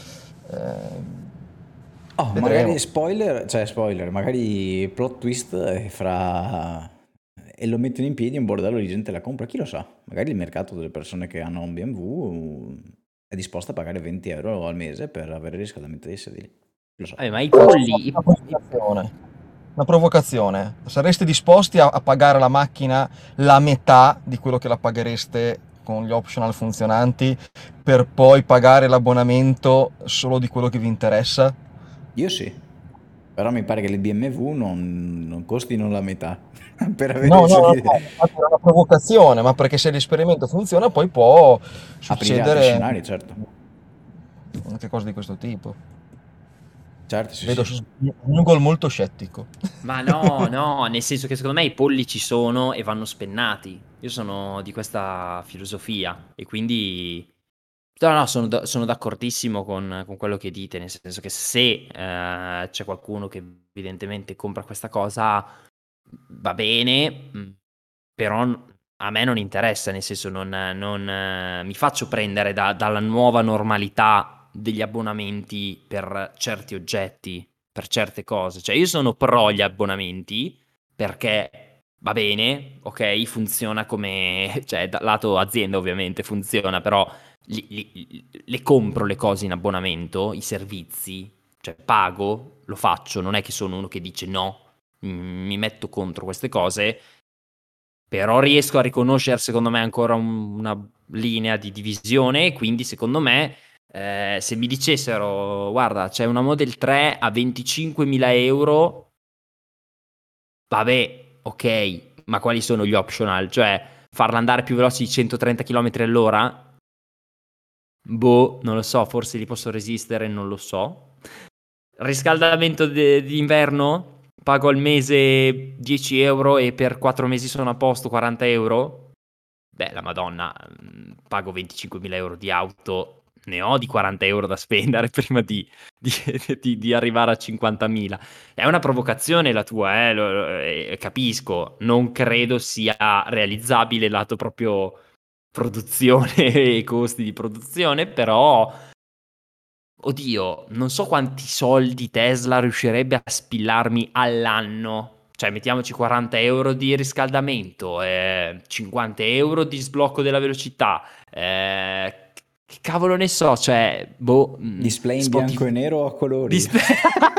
Eh, Oh, vedremo. magari spoiler, cioè spoiler, magari plot twist e fra... e lo mettono in piedi un bordello di gente la compra, chi lo sa? Magari il mercato delle persone che hanno un B M W è disposto a pagare venti euro al mese per avere il riscaldamento dei sedili. Chi lo sa? Eh, ma i Faccio polli, i- una provocazione. Una provocazione. Sareste disposti a, a pagare la macchina la metà di quello che la paghereste con gli optional funzionanti per poi pagare l'abbonamento solo di quello che vi interessa? Io sì, però mi pare che le B M W non, non costino la metà per avere No, i no, no, sedili. no, infatti era una provocazione, ma perché se l'esperimento funziona poi può Aprire altri succedere scenari, certo. anche cose di questo tipo. Certo, sì, Vedo sì. Google molto scettico. ma no, no, nel senso che secondo me i polli ci sono e vanno spennati. Io sono di questa filosofia e quindi... No, no, sono, da- sono d'accordissimo con, con quello che dite, nel senso che se eh, c'è qualcuno che evidentemente compra questa cosa, va bene, mh, però n- a me non interessa, nel senso non, non, eh, mi faccio prendere da- dalla nuova normalità degli abbonamenti per certi oggetti, per certe cose. Cioè io sono pro gli abbonamenti perché va bene, ok, funziona come, cioè dal lato azienda ovviamente funziona, però li- li- le compro le cose in abbonamento, i servizi, cioè pago, lo faccio, non è che sono uno che dice no, mm, mi metto contro queste cose, però riesco a riconoscere secondo me ancora un- una linea di divisione e quindi secondo me eh, se mi dicessero guarda c'è una Model tre a venticinquemila euro, vabbè, ok, ma quali sono gli optional? Cioè farla andare più veloce di centotrenta chilometri all'ora? Boh, non lo so, forse li posso resistere, non lo so. Riscaldamento de- d'inverno? Pago al mese dieci euro e per quattro mesi sono a posto quaranta euro? Beh, la Madonna, mm, pago venticinquemila euro di auto, ne ho di quaranta euro da spendere prima di, di- di- di arrivare a cinquantamila. È una provocazione la tua, eh, lo- lo- eh, capisco, non credo sia realizzabile lato proprio produzione e costi di produzione, però oddio, non so quanti soldi Tesla riuscirebbe a spillarmi all'anno. Cioè, mettiamoci quaranta euro di riscaldamento, eh, cinquanta euro di sblocco della velocità. Eh, che cavolo ne so, cioè, boh, mh, Display in bianco Spotify... e nero o a colori? Display...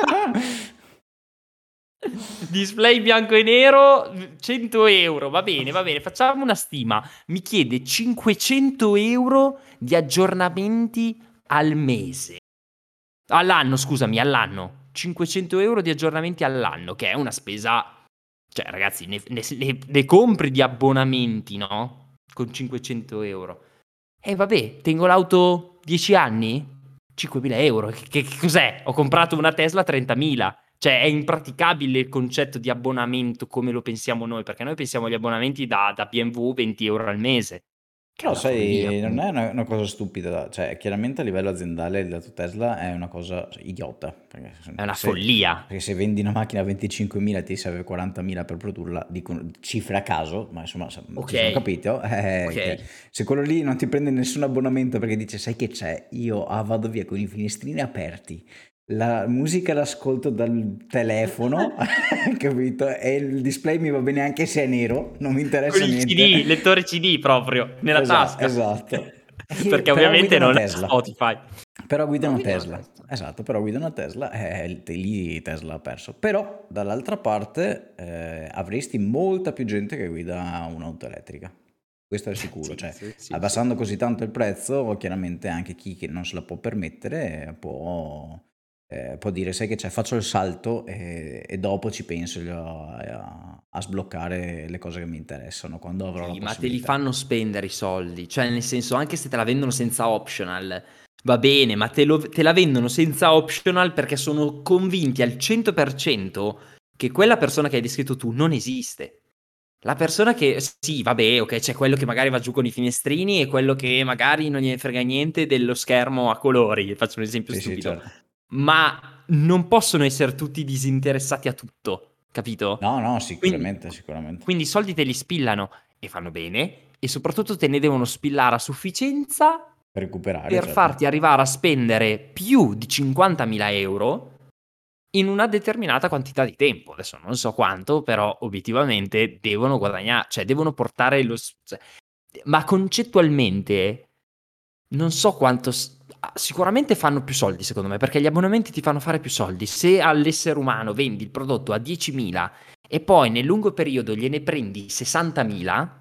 Display bianco e nero, cento euro, va bene, va bene, facciamo una stima. Mi chiede cinquecento euro di aggiornamenti al mese. All'anno, scusami, all'anno. cinquecento euro di aggiornamenti all'anno, che è una spesa... Cioè, ragazzi, ne, ne- ne- ne compri di abbonamenti, no? Con cinquecento euro. E vabbè, tengo l'auto dieci anni? cinquemila euro. Che, che cos'è? Ho comprato una Tesla a trentamila. Cioè, è impraticabile il concetto di abbonamento come lo pensiamo noi, perché noi pensiamo agli abbonamenti da, da B M W venti euro al mese, che è Però una follia. sai, non è una, una cosa stupida, cioè chiaramente a livello aziendale il dato Tesla è una cosa idiota, perché È una se, follia. perché se vendi una macchina a venticinquemila e ti serve quarantamila per produrla, dico cifre a caso, ma insomma sa- Ok, ti sono capito, eh, ok. che se quello lì non ti prende nessun abbonamento perché dice sai che c'è, io ah, vado via con i finestrini aperti, la musica l'ascolto dal telefono, capito? E il display mi va bene anche se è nero, non mi Con interessa il niente. C D, lettore C D proprio, nella Esatto, tasca. esatto. E- Perché però guida ovviamente una non è Tesla. Spotify. Però guida Però una guida una Tesla. Tesla. Esatto, però guida una Tesla e lì Tesla ha perso. Però dall'altra parte eh, avresti molta più gente che guida un'auto elettrica. Questo è sicuro, Sì, cioè sì, sì, abbassando sì. così tanto il prezzo, chiaramente anche chi che non se la può permettere può, eh, può dire sai che c'è, faccio il salto e, e dopo ci penso a, a- a sbloccare le cose che mi interessano quando avrò la Sì, ma te li possibilità. fanno spendere i soldi. Cioè, nel senso, anche se te la vendono senza optional, va bene, ma te, lo- te la vendono senza optional perché sono convinti al cento per cento che quella persona che hai descritto tu non esiste. La persona che, sì, vabbè, ok, c'è quello che magari va giù con i finestrini e quello che magari non gliene frega niente dello schermo a colori, faccio un esempio Sì, sì, stupido, certo. ma non possono essere tutti disinteressati a tutto, capito? No, no, Quindi, sicuramente, sicuramente. quindi i soldi te li spillano e fanno bene, e soprattutto te ne devono spillare a sufficienza Per recuperare, per certo. farti arrivare a spendere più di cinquantamila euro in una determinata quantità di tempo. Adesso non so quanto, però obiettivamente devono guadagnare, cioè devono portare lo... s- cioè, ma concettualmente non so quanto... s- ah, Sicuramente fanno più soldi, secondo me, perché gli abbonamenti ti fanno fare più soldi. Se all'essere umano vendi il prodotto a diecimila e poi nel lungo periodo gliene prendi sessantamila,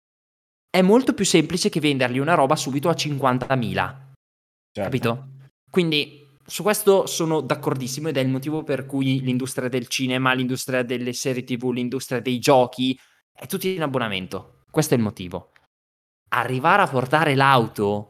è molto più semplice che vendergli una roba subito a cinquantamila. Certo. Capito? Quindi su questo sono d'accordissimo ed è il motivo per cui l'industria del cinema, l'industria delle serie tivù, l'industria dei giochi è tutti in abbonamento. Questo è il motivo. Arrivare a portare l'auto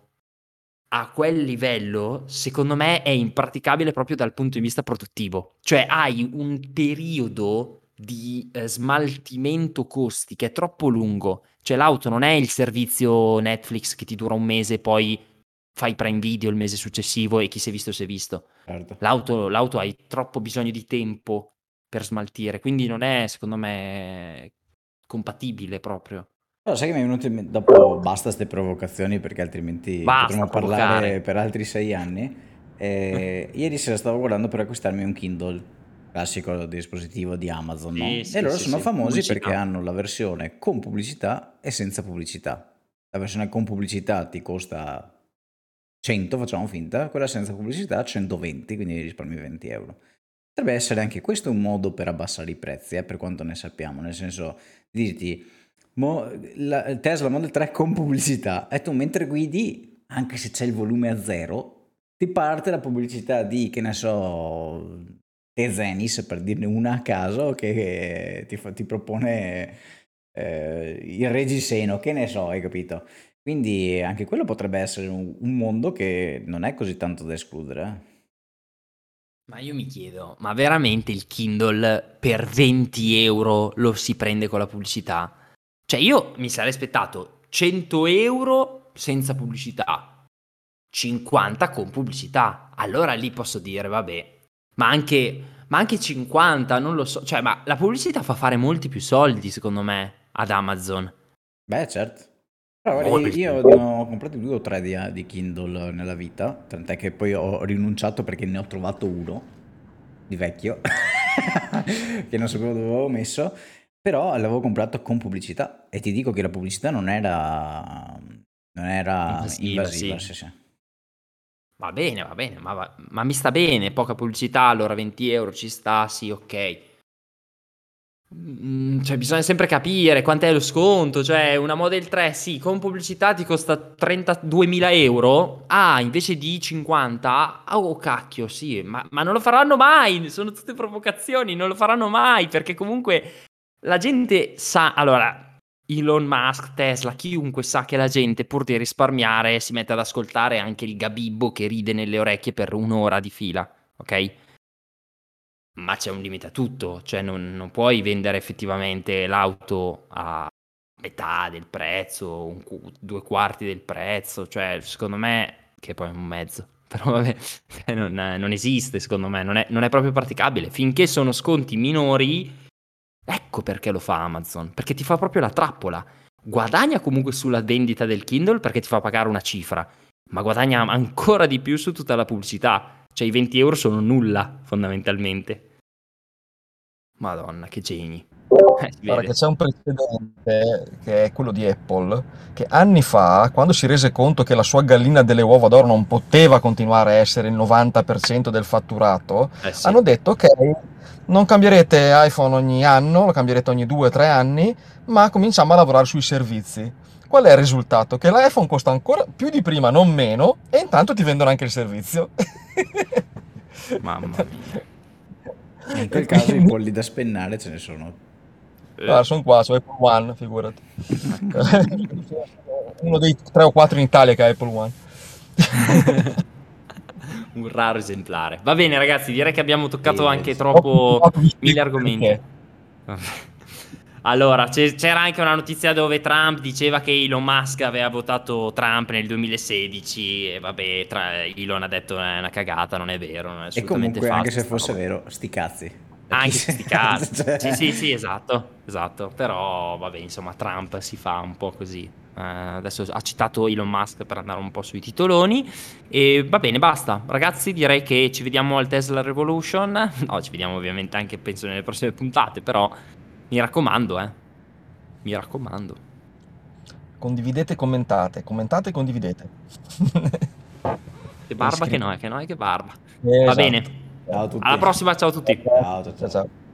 a quel livello, secondo me, è impraticabile proprio dal punto di vista produttivo. Cioè hai un periodo di eh, smaltimento costi che è troppo lungo. Cioè l'auto non è il servizio Netflix che ti dura un mese e poi fai Prime Video il mese successivo e chi si è visto si è visto. Certo. L'auto, l'auto hai troppo bisogno di tempo per smaltire, quindi non è, secondo me, compatibile proprio. Però sai che mi è venuto in mente, dopo basta queste provocazioni perché altrimenti Basta potremmo parlare provocare. per altri sei anni. Eh, ieri sera stavo guardando per acquistarmi un Kindle, classico dispositivo di Amazon, Sì, no? E sì, loro sì, sono sì. famosi perché Pubblicità. hanno la versione con pubblicità e senza pubblicità. La versione con pubblicità ti costa cento, facciamo finta, quella senza pubblicità centoventi, quindi risparmi venti euro. Potrebbe essere anche questo un modo per abbassare i prezzi, eh, per quanto ne sappiamo, nel senso di dirti mo, la, Tesla Model tre con pubblicità e tu mentre guidi, anche se c'è il volume a zero, ti parte la pubblicità di, che ne so, Tezenis, per dirne una a caso, che ti, fa- ti propone eh, il reggiseno, che ne so, hai capito? Quindi anche quello potrebbe essere un, un mondo che non è così tanto da escludere. eh. Ma io mi chiedo, ma veramente il Kindle per venti euro lo si prende con la pubblicità? Cioè io mi sarei aspettato cento euro senza pubblicità, cinquanta con pubblicità. Allora lì posso dire, vabbè, ma anche, ma anche cinquanta, non lo so. Cioè, ma la pubblicità fa fare molti più soldi, secondo me, ad Amazon. Beh, certo. Però guarda, io Molti. io ne ho comprati due o tre di, di Kindle nella vita, tant'è che poi ho rinunciato perché ne ho trovato uno di vecchio che non sapevo dove avevo messo, però l'avevo comprato con pubblicità e ti dico che la pubblicità non era non era Invasiva, invasiva, sì. sì, sì. Va bene, va bene, ma, va- ma mi sta bene, poca pubblicità, allora venti euro ci sta, sì, ok. Mm, cioè, bisogna sempre capire quant'è lo sconto. Cioè, una Model tre, sì, con pubblicità ti costa trentaduemila euro. Ah, invece di cinquanta. Ah, oh, cacchio, sì, ma, ma non lo faranno mai. Sono tutte provocazioni, non lo faranno mai. Perché comunque la gente sa. Allora, Elon Musk, Tesla, chiunque sa che la gente, pur di risparmiare, si mette ad ascoltare anche il gabibbo che ride nelle orecchie per un'ora di fila, ok? Ma c'è un limite a tutto, cioè non, non puoi vendere effettivamente l'auto a metà del prezzo, un cu- due quarti del prezzo, cioè secondo me, che poi è un mezzo, però vabbè, cioè, non, non esiste secondo me, non è, non è proprio praticabile. Finché sono sconti minori, ecco perché lo fa Amazon, perché ti fa proprio la trappola. Guadagna comunque sulla vendita del Kindle perché ti fa pagare una cifra, ma guadagna ancora di più su tutta la pubblicità. Cioè i venti euro sono nulla, fondamentalmente. Madonna, che geni. Eh, si Guarda che vede. c'è un precedente che è quello di Apple, che anni fa, quando si rese conto che la sua gallina delle uova d'oro non poteva continuare a essere il novanta per cento del fatturato, Eh sì. hanno detto ok, non cambierete iPhone ogni anno, lo cambierete ogni due o tre anni, ma cominciamo a lavorare sui servizi. Qual è il risultato? Che l'iPhone costa ancora più di prima, non meno, e intanto ti vendono anche il servizio. Mamma mia. E in E quel caso i quindi polli da spennare ce ne sono. Eh, guarda, sono qua, su Apple One, figurati. ma cosa? Uno dei tre o quattro in Italia che ha Apple One. un raro esemplare. Va bene, ragazzi, direi che abbiamo toccato Sì, anche sì. troppo Troppo visto mille perché- argomenti. Allora, c'è- c'era anche una notizia dove Trump diceva che Elon Musk aveva votato Trump nel duemilasedici e vabbè, tra- Elon ha detto è una cagata, non è vero, non è E assolutamente comunque, anche falso se sta fosse roba. vero, sti cazzi. Anche se sti cazzi. Cioè- Sì, sì, sì, esatto, esatto. Però, vabbè, insomma, Trump si fa un po' così. Eh, adesso ha citato Elon Musk per andare un po' sui titoloni. E va bene, basta. Ragazzi, direi che ci vediamo al Tesla Revolution. No, ci vediamo ovviamente anche, penso, nelle prossime puntate, però mi raccomando, eh. Mi raccomando. Condividete, commentate, commentate e condividete. Che barba che Iscrivetevi. no, che no, che barba. Va Esatto. bene. Ciao a tutti. Alla prossima, ciao a tutti. Ciao, ciao, Ciao ciao. ciao.